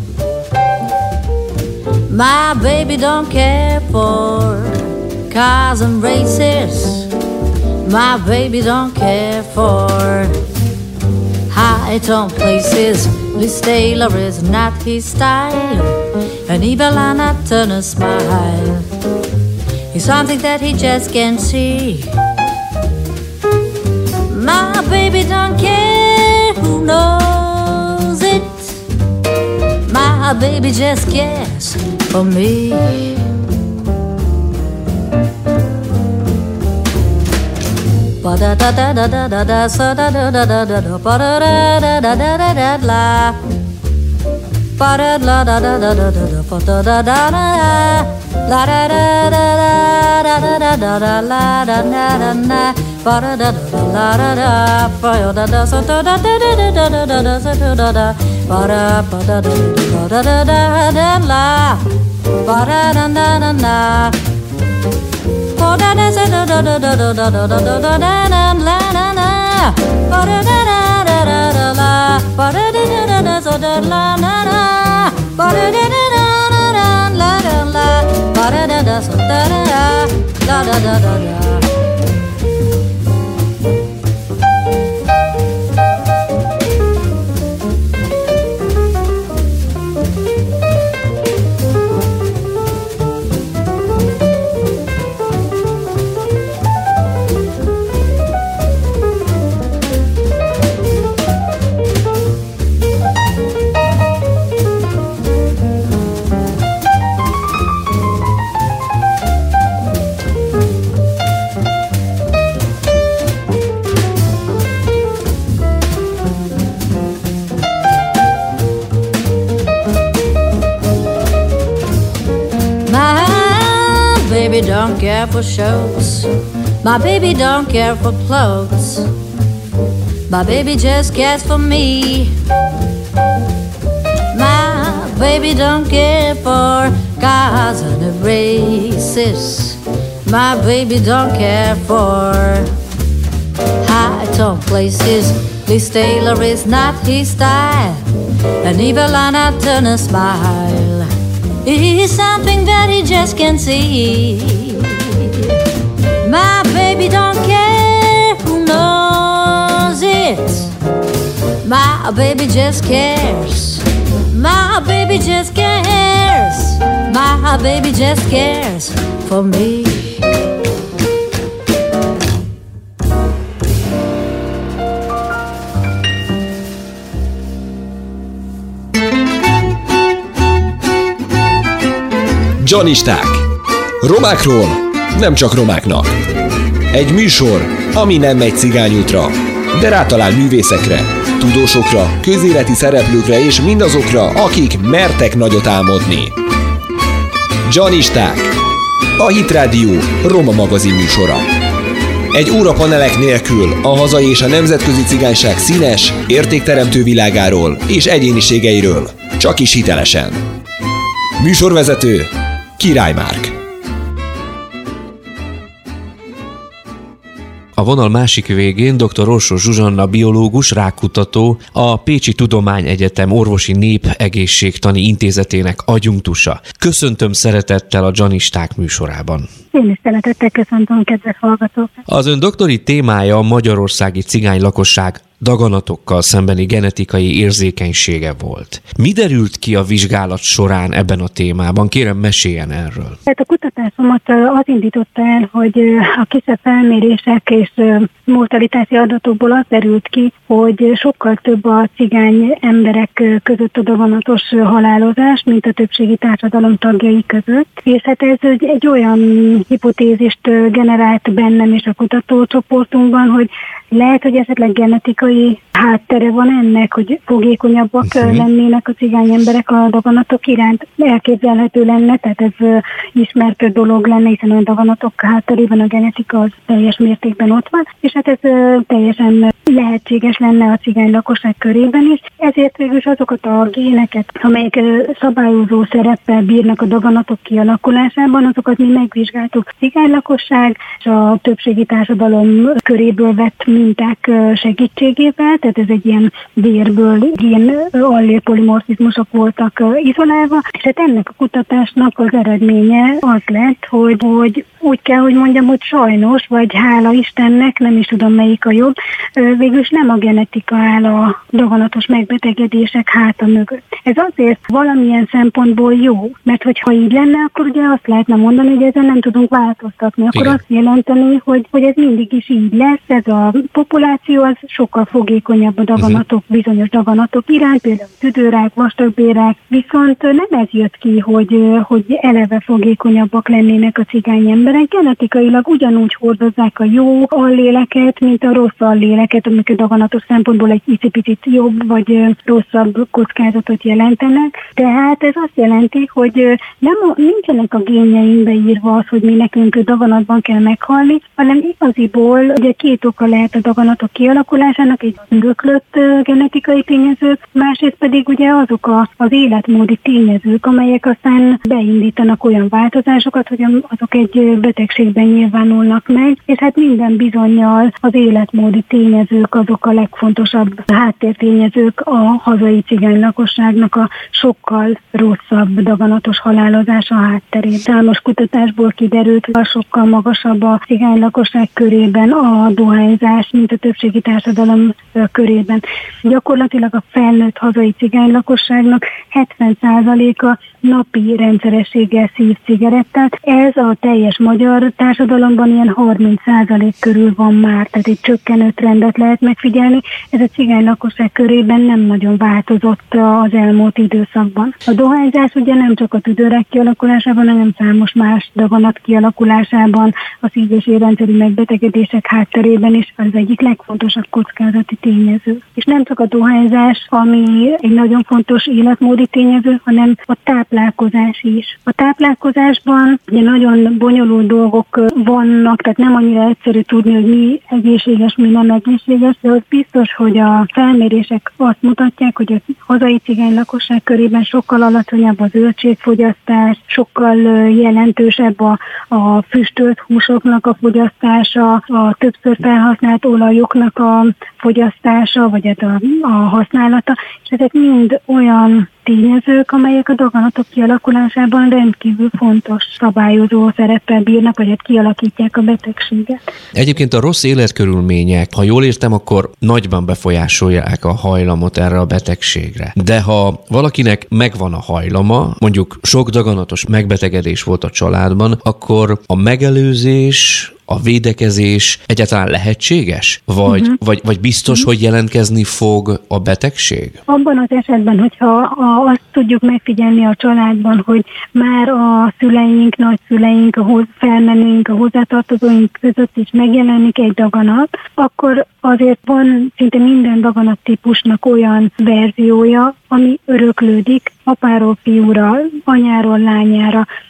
My baby don't care for cars and races. My baby don't care for high-tone places. Liz Taylor is not his style, and even Lana Turner smile. It's something that he just can't see. My baby don't care who knows it. My baby just cares for me. Ba da da da da da da da sa da da da da da da ba da da da da da da da la ba da da da da da da da ba da da da da la da da da da da da da da la da da da da ba da da da la da da ba da da so da da da da da da da da so da da ba da ba da da da da da da la ba da da da da da ba da da so da da da da da da da da da da da la la la ba da da da da da da la ba da da da da da so da la la la ba da da da da da la la la ba da da da so da da la da da da da. Don't care for shows. My baby don't care for clothes. My baby just cares for me. My baby don't care for cars and races. My baby don't care for high-tone places. Liz Taylor is not his style, and even Lana Turner smile is something that he just can't see. My baby don't care who knows it. My baby just cares. My baby just cares. My baby just cares for me. Janisták. Romákról nem csak romáknak. Egy műsor, ami nem megy cigányútra, de rátalál művészekre, tudósokra, közéleti szereplőkre és mindazokra, akik mertek nagyot álmodni. Janisták. A Hit Rádió roma magazin műsora. Egy óra panelek nélkül a hazai és a nemzetközi cigányság színes, értékteremtő világáról és egyéniségeiről, csak is hitelesen. Műsorvezető Király Márk. A vonal másik végén dr. Orsó Zsuzsanna biológus, rákkutató, a Pécsi Tudományegyetem Orvosi Népegészségtani Intézetének adjunktusa. Köszöntöm szeretettel a Dzsanisták műsorában. Én is szeretettel köszöntöm, kedves hallgatók! Az ön doktori témája a magyarországi cigány lakosság daganatokkal szembeni genetikai érzékenysége volt. Mi derült ki a vizsgálat során ebben a témában? Kérem, meséljen erről. Tehát a kutatásomat az indította el, hogy a kisebb felmérések és mortalitási adatokból az derült ki, hogy sokkal több a cigány emberek között a daganatos halálozás, mint a többségi társadalom tagjai között. És hát ez egy, egy olyan hipotézist generált bennem és a kutatócsoportunkban, hogy lehet, hogy esetleg genetikai háttere van ennek, hogy fogékonyabbak uh-huh. lennének a cigány emberek a daganatok iránt. Elképzelhető lenne, tehát ez ismert dolog lenne, hiszen a daganatok hátterében a genetika az teljes mértékben ott van, és hát ez teljesen lehetséges lenne a cigány lakosság körében is. Ezért végül is azokat a géneket, amelyek szabályozó szereppel bírnak a daganatok kialakulásában, azokat mi megvizsgáltuk. A cigány lakosság és a többségi társadalom köréből vett minták segítségével, tehát ez egy ilyen vérből gén allélpolimorfizmusok voltak izolálva, és hát ennek a kutatásnak az eredménye az lett, hogy, hogy úgy kell, hogy mondjam, hogy sajnos, vagy hála Istennek, nem is tudom melyik a jobb, végülis nem a genetika áll a daganatos megbetegedések háta mögött. Ez azért valamilyen szempontból jó, mert hogyha így lenne, akkor ugye azt lehetne mondani, hogy ezen nem tudunk változtatni. Akkor igen. Azt jelenteni, hogy, hogy ez mindig is így lesz, ez a populáció az sokkal fogékonyabb a daganatok, uh-huh. bizonyos daganatok iránt, például tüdőrák, vastagbélrák, viszont nem ez jött ki, hogy, hogy eleve fogékonyabbak lennének a cigány emberek. Genetikailag ugyanúgy hordozzák a jó alléleket, mint a rossz alléleket, amik a daganatos szempontból egy icipicit jobb vagy rosszabb kockázatot jelentenek. Tehát ez azt jelenti, hogy nem, nincsenek a génjeinkbe írva az, hogy mi nekünk daganatban kell meghalni, hanem igaziból ugye két oka lehet a daganatok kialakulásának, egy öröklött genetikai tényezők, másrészt pedig ugye azok a, az életmódi tényezők, amelyek aztán beindítanak olyan változásokat, hogy azok egy betegségben nyilvánulnak meg, és hát minden bizonnyal az életmódi tényezők azok a legfontosabb háttértényezők a hazai cigány lakosságnak a sokkal rosszabb daganatos halálozása hátterén. Számos kutatásból kiderült, hogy sokkal magasabb a cigány lakosság körében a dohányzás, mint a többségi társadalom körében. Gyakorlatilag a felnőtt hazai cigány lakosságnak hetven százaléka napi rendszerességgel szív cigarettát. Ez a teljes magyar társadalomban ilyen harminc százalék körül van már, tehát egy csökkenő trendet lehet megfigyelni. Ez a cigány lakosság körében nem nagyon változott az elmúlt időszakban. A dohányzás ugye nem csak a tüdőrák kialakulásában, hanem számos más daganat kialakulásában, a szív- és érrendszeri megbetegedések hátterében is az egyik legfontosabb kockázati tényező. És nem csak a dohányzás, ami egy nagyon fontos életmódi tényező, hanem a táplálkozás is. A táplálkozásban ugye nagyon bonyolult dolgok vannak, tehát nem annyira egyszerű tudni, hogy mi egészséges, mi nem egészséges, de az biztos, hogy a felmérések azt mutatják, hogy a hazai cigány lakosság körében sokkal alacsonyabb az zöldségfogyasztás, sokkal jelentősebb a, a füstölt húsoknak a fogyasztása, a többször felhasznált olajoknak a fogyasztása, vagy a, a használata, és ezek mind olyan tényezők, amelyek a daganatok kialakulásában rendkívül fontos szabályozó szereppel bírnak, vagy hát kialakítják a betegséget. Egyébként a rossz életkörülmények, ha jól értem, akkor nagyban befolyásolják a hajlamot erre a betegségre. De ha valakinek megvan a hajlama, mondjuk sok daganatos megbetegedés volt a családban, akkor a megelőzés, a védekezés egyáltalán lehetséges? Vagy, uh-huh. vagy, vagy biztos, uh-huh. hogy jelentkezni fog a betegség? Abban az esetben, hogyha a, azt tudjuk megfigyelni a családban, hogy már a szüleink, nagyszüleink, a hoz, felmenőink, a hozzátartozóink között is megjelenik egy daganat, akkor azért van szinte minden daganattípusnak olyan verziója, ami öröklődik apáról fiúra, anyáról lányára.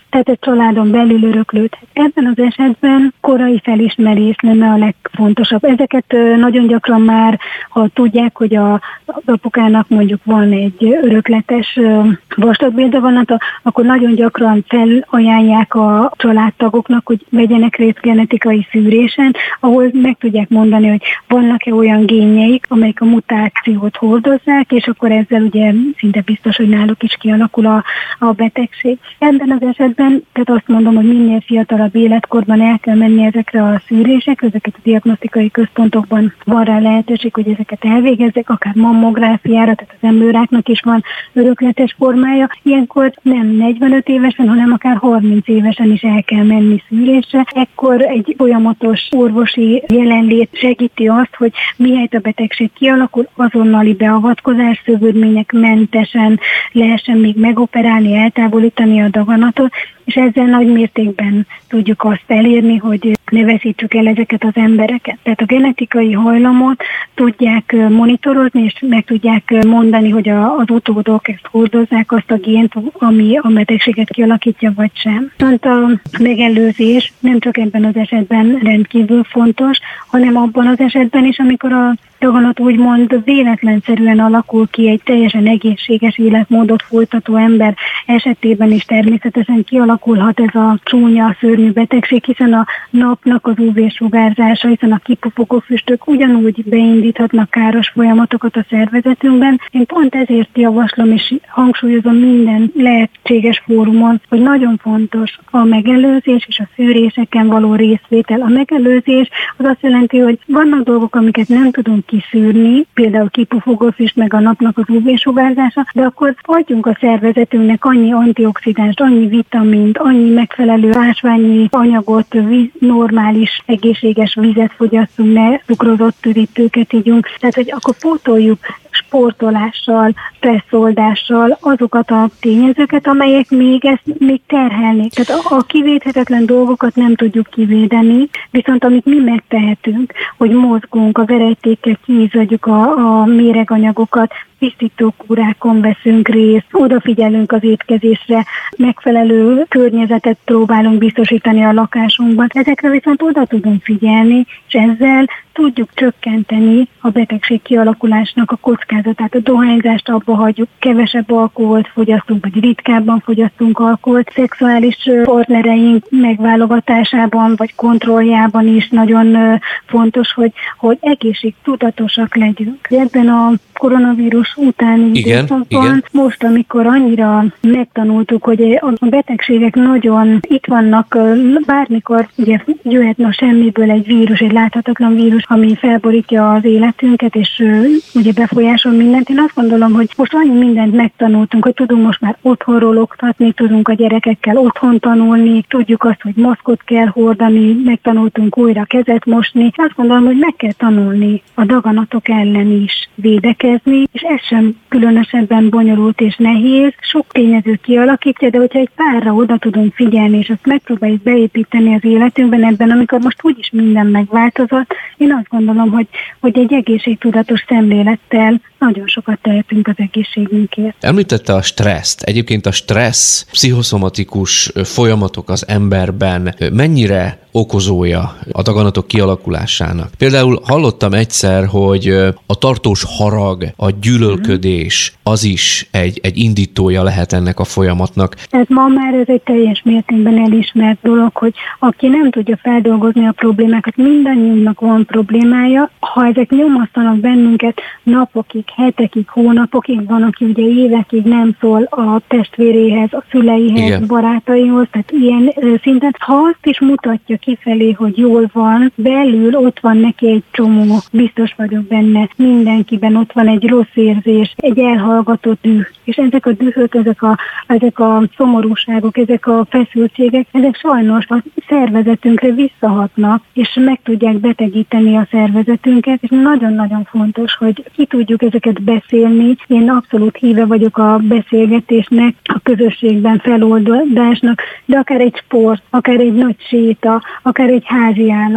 tehát egy családon belül öröklődhet. Ebben az esetben korai felismerés lenne a legfontosabb. Ezeket nagyon gyakran már, ha tudják, hogy a, az apukának mondjuk van egy örökletes vastagbéldaganata, akkor nagyon gyakran felajánlják a családtagoknak, hogy vegyenek részt genetikai szűrésen, ahol meg tudják mondani, hogy vannak-e olyan génjeik, amelyek a mutációt hordozzák, és akkor ezzel ugye szinte biztos, hogy náluk is kialakul a, a betegség. Ebben az esetben, tehát azt mondom, hogy minél fiatalabb életkorban el kell menni ezekre a szűrésekre, ezeket a diagnosztikai központokban van rá lehetőség, hogy ezeket elvégezzek, akár mammográfiára, tehát az emlőráknak is van örökletes formája. Ilyenkor nem negyvenöt évesen, hanem akár harminc évesen is el kell menni szűrésre. Ekkor egy folyamatos orvosi jelenlét segíti azt, hogy mihelyt a betegség kialakul, azonnali beavatkozás, szövődmények mentesen lehessen még megoperálni, eltávolítani a daganatot, és ezzel nagy mértékben tudjuk azt elérni, hogy ne veszítsük el ezeket az embereket. Tehát a genetikai hajlamot tudják monitorozni, és meg tudják mondani, hogy a, az utódok ezt hordozzák, azt a gént, ami a betegséget kialakítja, vagy sem. Tehát a megelőzés nem csak ebben az esetben rendkívül fontos, hanem abban az esetben is, amikor a daganat úgymond véletlenszerűen alakul ki, egy teljesen egészséges életmódot folytató ember esetében is természetesen kialakulhat ez a csúnya, szörnyű betegség, hiszen a napnak az ú vé-sugárzása, hiszen a kipufogó füstök ugyanúgy beindíthatnak káros folyamatokat a szervezetünkben. Én pont ezért javaslom és hangsúlyozom minden lehetséges fórumon, hogy nagyon fontos a megelőzés és a szűréseken való részvétel. A megelőzés az azt jelenti, hogy vannak dolgok, amiket nem tudunk kiszűrni, például kipufogó füst, meg a napnak az ú vé-sugárzása, de akkor adjunk a szervezetünknek annyi antioxidáns, annyi vitamint, annyi megfelelő ásványi anyagot, víz, normális, egészséges vizet fogyasszunk, ne cukrozott üdítőket ígyunk, tehát hogy akkor pótoljuk sportolással, stresszoldással azokat a tényezőket, amelyek még ezt még terhelnék. Tehát a, a kivédhetetlen dolgokat nem tudjuk kivédeni, viszont amit mi megtehetünk, hogy mozgunk, a verejtékkel kiizzadjuk a, a méreganyagokat, tisztítókúrákon veszünk részt, odafigyelünk az étkezésre, megfelelő környezetet próbálunk biztosítani a lakásunkban. Ezekre viszont oda tudunk figyelni, és ezzel tudjuk csökkenteni a betegség kialakulásnak a kockázatát. A dohányzást abba hagyjuk, kevesebb alkoholt fogyasztunk, vagy ritkábban fogyasztunk alkoholt. Szexuális partnereink megválogatásában, vagy kontrolljában is nagyon fontos, hogy, hogy egészségtudatosak legyünk. Ebben a koronavírus utáni igen, időszakban, igen. most, amikor annyira megtanultuk, hogy a betegségek nagyon itt vannak, bármikor ugye jöhetne semmiből egy vírus, egy láthatatlan vírus, ami felborítja az életünket, és ugye befolyásol mindent. Én azt gondolom, hogy most annyi mindent megtanultunk, hogy tudunk most már otthonról oktatni, tudunk a gyerekekkel otthon tanulni, tudjuk azt, hogy maszkot kell hordani, megtanultunk újra kezet mosni. Azt gondolom, hogy meg kell tanulni a daganatok ellen is védekezni, és ez sem különösebben bonyolult és nehéz. Sok tényező kialakítja, de hogyha egy párra oda tudunk figyelni, és azt megpróbáljuk beépíteni az életünkben ebben, amikor most úgyis minden megváltozott, én azt gondolom, hogy, hogy egy egészségtudatos szemlélettel nagyon sokat tehetünk az egészségünkért. Említette a stresszt. Egyébként a stressz, pszichoszomatikus folyamatok az emberben mennyire okozója a daganatok kialakulásának? Például hallottam egyszer, hogy a tartós harag, a gyűlölködés, az is egy, egy indítója lehet ennek a folyamatnak. Tehát ma már ez egy teljes mértékben elismert dolog, hogy aki nem tudja feldolgozni a problémákat, mindannyiunknak van problémája. Ha ezek nyomasztanak bennünket napokig, hetekig, hónapokig, van, aki ugye évekig nem szól a testvéréhez, a szüleihez, igen, barátaihoz, tehát ilyen szinten. Ha azt is mutatja kifelé, hogy jól van, belül ott van neki egy csomó, biztos vagyok benne, mindenkiben ott van egy rossz érzés, egy elhallgatott düh, és ezek a dühök, ezek a, ezek a szomorúságok, ezek a feszültségek, ezek sajnos a szervezetünkre visszahatnak, és meg tudják betegíteni a szervezetünket, és nagyon-nagyon fontos, hogy ki tudjuk ezeket beszélni. Én abszolút híve vagyok a beszélgetésnek, a közösségben feloldásnak, de akár egy sport, akár egy nagy séta, akár egy házi állat,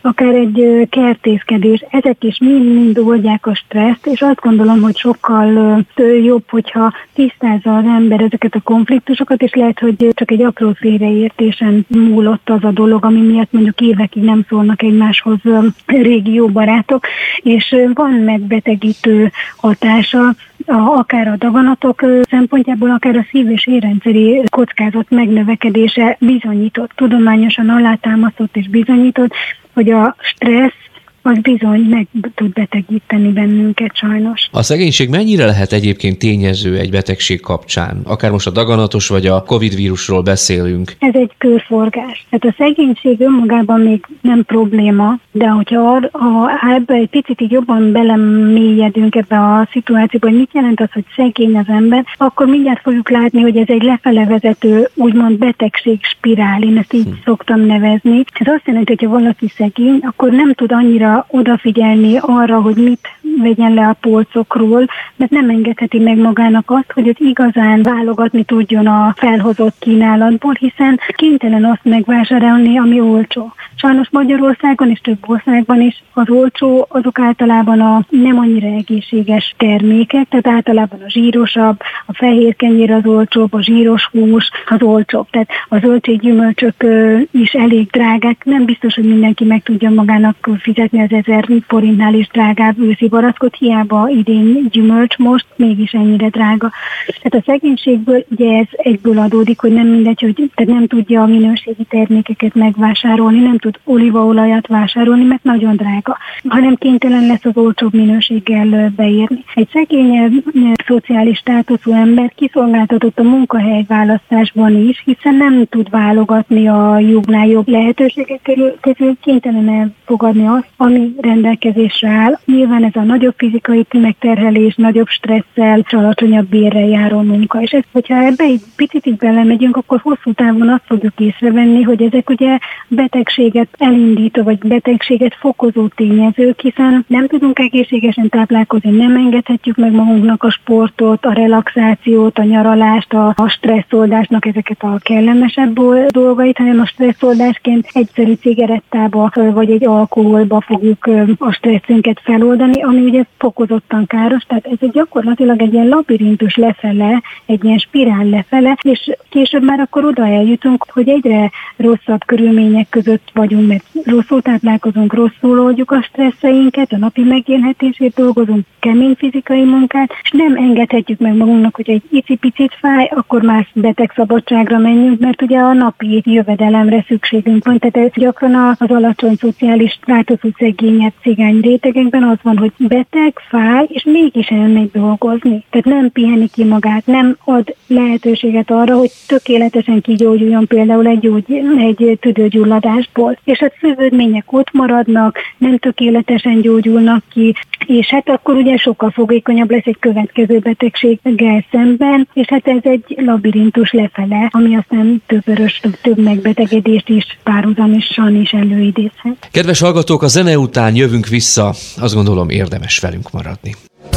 akár egy kertészkedés, ezek is mind-mind oldják a stresszt, és azt gondolom, hogy sokkal jobb, hogyha tisztázza az ember ezeket a konfliktusokat, és lehet, hogy csak egy apró félreértésen múlott az a dolog, ami miatt mondjuk évekig nem szólnak egymáshoz régi jó barátok, és van megbetegítő hatása, A, akár a daganatok szempontjából, akár a szív- és érrendszeri kockázat megnövekedése bizonyított, tudományosan alátámasztott és bizonyított, hogy a stressz az bizony meg tud betegíteni bennünket sajnos. A szegénység mennyire lehet egyébként tényező egy betegség kapcsán? Akár most a daganatos vagy a Covid vírusról beszélünk. Ez egy körforgás. Tehát a szegénység önmagában még nem probléma, de hogyha ha ebbe egy picit így jobban belemélyedünk ebbe a szituációba, hogy mit jelent az, hogy szegény az ember, akkor mindjárt fogjuk látni, hogy ez egy lefele vezető, úgymond betegség spirál. Én ezt így hm. szoktam nevezni. Ez azt jelenti, hogy ha valaki szegény, akkor nem tud annyira odafigyelni arra, hogy mit vegyen le a polcokról, mert nem engedheti meg magának azt, hogy az igazán válogatni tudjon a felhozott kínálatból, hiszen kénytelen azt megvásárolni, ami olcsó. Sajnos Magyarországon és több országban is az olcsó, azok általában a nem annyira egészséges termékek, tehát általában a zsírosabb, a fehér kenyér az olcsóbb, a zsíros hús az olcsóbb. Tehát a zöldséggyümölcsök is elég drágák, nem biztos, hogy mindenki meg tudja magának fizetni az ezer forintnál is drágább őszi barackot, hiába idén gyümölcs most mégis ennyire drága. Tehát a szegénységből ugye ez egyből adódik, hogy nem mindegy, hogy tehát nem tudja a minőségi termékeket megvásárolni, nem tud olívaolajat vásárolni, mert nagyon drága, hanem kénytelen lesz az olcsóbb minőséggel beérni. Egy szegény szociális státuszú ember kiszolgáltatott a munkahelyválasztásban is, hiszen nem tud válogatni a jobbnál jobb lehetőségek közül, kénytelen elfogadni azt, ami rendelkezésre áll. Nyilván ez a nagyobb fizikai megterhelés, nagyobb stresszel, alacsonyabb bérrel járó munka. És ezt, hogyha ebbe egy picit így belemegyünk, akkor hosszú távon azt fogjuk észrevenni, hogy ezek ugye betegséget elindító, vagy betegséget fokozó tényezők, hiszen nem tudunk egészségesen táplálkozni, nem engedhetjük meg magunknak a sportot, a relaxációt, a nyaralást, a, a stresszoldásnak ezeket a kellemesebb dolgait, hanem a stresszoldásként egyszerű cigarettába, vagy egy alkoholba fogjuk a stresszünket feloldani, ami ugye fokozottan káros, tehát ez egy gyakorlatilag egy ilyen labirintus lefele, egy ilyen spirál lefele, és később már akkor oda eljutunk, hogy egyre rosszabb körülmények között vagyunk, mert rosszul táplálkozunk, rosszul oldjuk a stresszeinket, a napi megélhetését dolgozunk, kemény fizikai munkát, és nem engedhetjük meg magunknak, hogy egy icipicit fáj, akkor már betegszabadságra menjünk, mert ugye a napi jövedelemre szükségünk van, tehát gyakran az alacsony szociális státuszú szegényebb cigány rétegekben az van, hogy beteg, fáj, és mégis elmegy dolgozni. Tehát nem piheni ki magát, nem ad lehetőséget arra, hogy tökéletesen kigyógyuljon például egy, gyógy, egy tüdőgyulladásból. És a szövődmények ott maradnak, nem tökéletesen gyógyulnak ki, és hát akkor ugye sokkal fogékonyabb lesz egy következő betegséggel szemben, és hát ez egy labirintus lefele, ami aztán több örös, több megbetegedést is párhuzamosan is előidézhet. Kedves hallgatók, a zene után jövünk vissza, azt gondolom érdemes velünk maradni.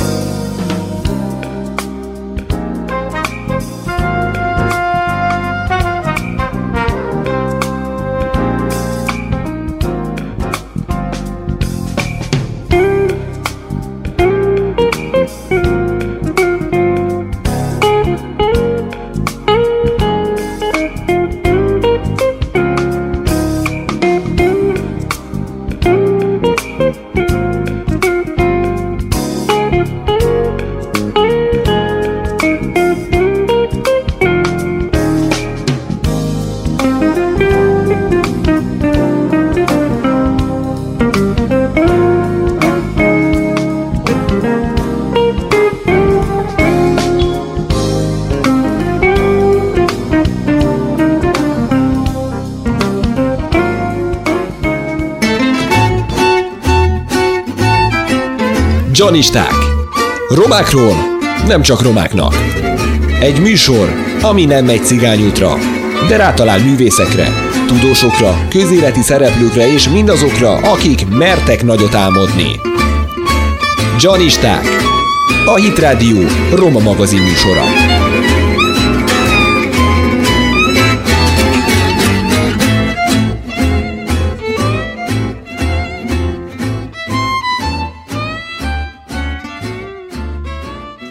Johnnisták. Romákról nem csak romáknak. Egy műsor, ami nem megy cigányútra, de rátalál művészekre, tudósokra, közéleti szereplőkre és mindazokra, akik mertek nagyot álmodni. Johnnisták. A Hit Rádió roma magazin műsora.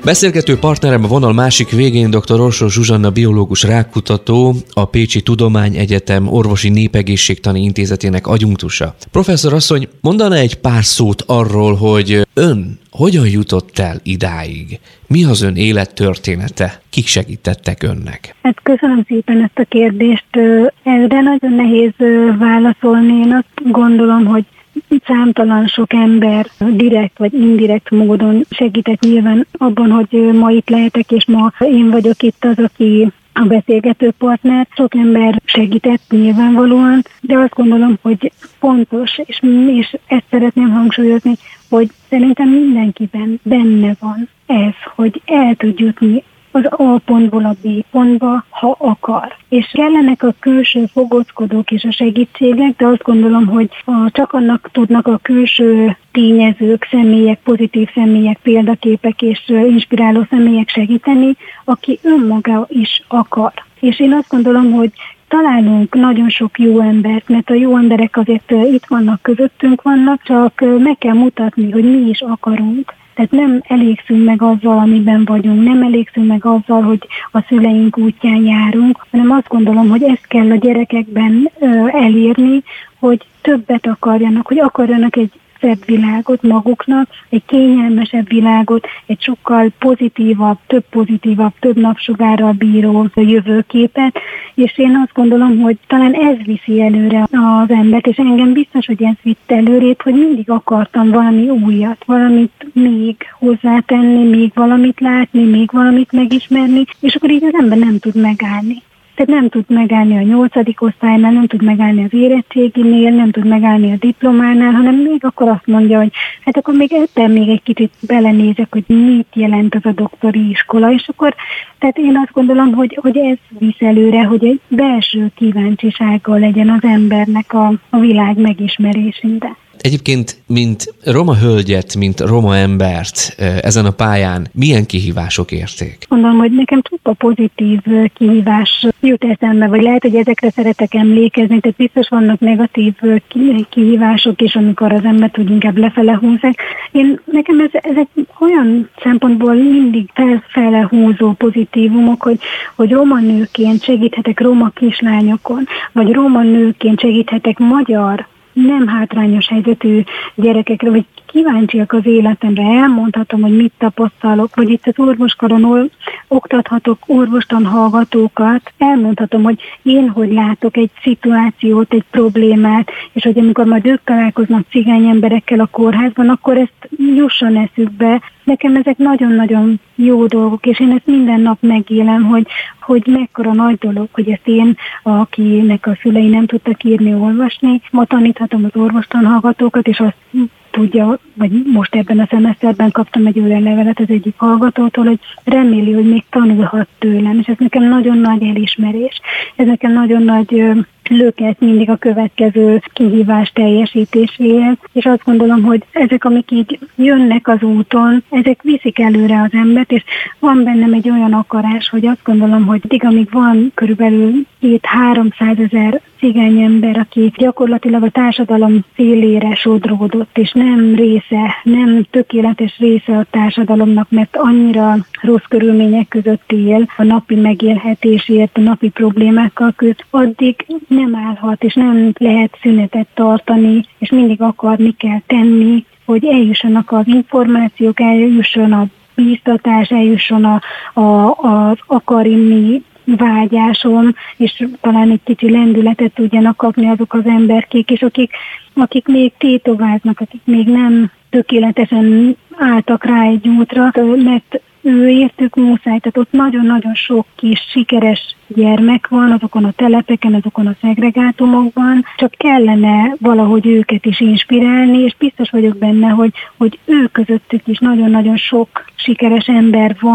Beszélgető partnerem a vonal másik végén dr. Orsó Zsuzsanna biológus rákkutató, a Pécsi Tudományegyetem Orvosi Népegészségtani Intézetének adjunktusa. Professzor asszony, mondaná egy pár szót arról, hogy ön hogyan jutott el idáig? Mi az ön élettörténete? Kik segítettek önnek? Hát köszönöm szépen ezt a kérdést. Erre nagyon nehéz válaszolni. Én azt gondolom, hogy számtalan sok ember direkt vagy indirekt módon segített nyilván abban, hogy ma itt lehetek, és ma én vagyok itt az, aki a beszélgető partner. Sok ember segített nyilvánvalóan, de azt gondolom, hogy fontos, és, és ezt szeretném hangsúlyozni, hogy szerintem mindenkiben benne van ez, hogy el tud jutni az A pontból a B pontba, ha akar. És kellenek a külső fogózkodók és a segítségek, de azt gondolom, hogy a, csak annak tudnak a külső tényezők, személyek, pozitív személyek, példaképek és inspiráló személyek segíteni, aki önmaga is akar. És én azt gondolom, hogy találunk nagyon sok jó embert, mert a jó emberek azért itt vannak, közöttünk vannak, csak meg kell mutatni, hogy mi is akarunk. Tehát nem elégszünk meg azzal, amiben vagyunk, nem elégszünk meg azzal, hogy a szüleink útján járunk, hanem azt gondolom, hogy ezt kell a gyerekekben elérni, hogy többet akarjanak, hogy akarjanak egy szebb világot maguknak, egy kényelmesebb világot, egy sokkal pozitívabb, több pozitívabb, több napsugárral bíró jövőképet, és én azt gondolom, hogy talán ez viszi előre az embert, és engem biztos, hogy ez vitt előrébb, hogy mindig akartam valami újat, valamit még hozzátenni, még valamit látni, még valamit megismerni, és akkor így az ember nem tud megállni. Tehát nem tud megállni a nyolcadik osztálynál, nem tud megállni az érettséginél, nem tud megállni a diplománál, hanem még akkor azt mondja, hogy hát akkor még ebben még egy kicsit belenézek, hogy mit jelent az a doktori iskola, és akkor tehát én azt gondolom, hogy, hogy ez visz előre, hogy egy belső kíváncsisággal legyen az embernek a, a világ megismerésére. Egyébként, mint roma hölgyet, mint roma embert ezen a pályán milyen kihívások érték? Mondom, hogy nekem csupa pozitív kihívás jut eszembe, vagy lehet, hogy ezekre szeretek emlékezni, tehát biztos vannak negatív kihívások is, amikor az embert úgy inkább lefele húzzák. Én, nekem ez, ezek olyan szempontból mindig felfele húzó pozitívumok, hogy, hogy roma nőként segíthetek roma kislányokon, vagy roma nőként segíthetek magyar nem hátrányos helyzetű gyerekekre, vagy kíváncsiak az életemre, elmondhatom, hogy mit tapasztalok, vagy itt az orvoskaron oktathatok orvostan hallgatókat, elmondhatom, hogy én hogy látok egy szituációt, egy problémát, és hogy amikor majd ők találkoznak cigány emberekkel a kórházban, akkor ezt jusson eszükbe. Nekem ezek nagyon-nagyon jó dolgok, és én ezt minden nap megélem, hogy, hogy mekkora nagy dolog, hogy ezt én, akinek a szülei nem tudtak írni, olvasni, ma taníthatom az orvostan hallgatókat, és azt tudja, vagy most ebben a szemeszterben kaptam egy olyan levelet az egyik hallgatótól, hogy reméli, hogy még tanulhat tőlem, és ez nekem nagyon nagy elismerés. Ez nekem nagyon nagy löket mindig a következő kihívás teljesítéséhez, és azt gondolom, hogy ezek, amik így jönnek az úton, ezek viszik előre az embert, és van bennem egy olyan akarás, hogy azt gondolom, hogy addig, amíg van körülbelül két-háromszázezer cigány ember, aki gyakorlatilag a társadalom szélére sodródott, és nem része, nem tökéletes része a társadalomnak, mert annyira rossz körülmények között él, a napi megélhetésért, a napi problémákkal között, addig nem állhat, és nem lehet szünetet tartani, és mindig akarni kell tenni, hogy eljussanak az információk, eljusson a bíztatás, eljusson a, a, az akarinni vágyásom, és talán egy kicsi lendületet tudjanak kapni azok az emberkék, és akik, akik még tétováznak, akik még nem tökéletesen álltak rá egy útra, mert ő értük muszáj, tehát ott nagyon-nagyon sok kis sikeres gyermek van azokon a telepeken, azokon a szegregátumokban, csak kellene valahogy őket is inspirálni, és biztos vagyok benne, hogy, hogy ő közöttük is nagyon-nagyon sok sikeres ember van,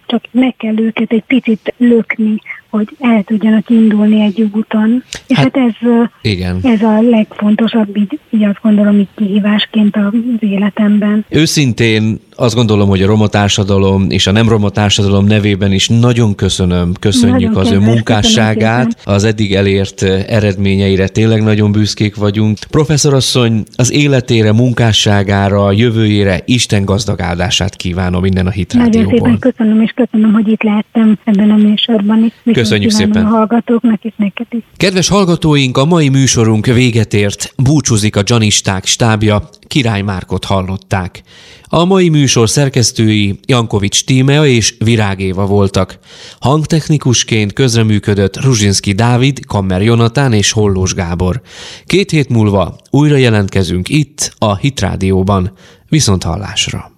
csak meg kell őket egy picit lökni, hogy el tudjanak indulni egy úton. És hát, hát ez, igen. ez a legfontosabb, így, így azt gondolom, így kihívásként az életemben. Őszintén azt gondolom, hogy a roma társadalom és a nem roma társadalom nevében is nagyon köszönöm, köszönjük nagyon az kedves, ő munkásságát, az eddig elért eredményeire tényleg nagyon büszkék vagyunk. Professzorasszony, az életére, munkásságára, jövőjére Isten gazdag áldását kívánom innen a Hit Rádióból. Nagyon szépen köszönöm, és köszönöm, hogy itt lehettem ebben a műsorban is. Köszönjük szépen. A hallgatóknak és neked is. Kedves hallgatóink, a mai műsorunk véget ért. Búcsúzik a Janisták stábja, Király Márkot hallották. A mai műsor szerkesztői Jankovics Tímea és Virág Éva voltak. Hangtechnikusként közreműködött Ruzsinszki Dávid, Kammer Jonatán és Hollós Gábor. Két hét múlva újra jelentkezünk itt a Hit Rádióban. Viszont hallásra!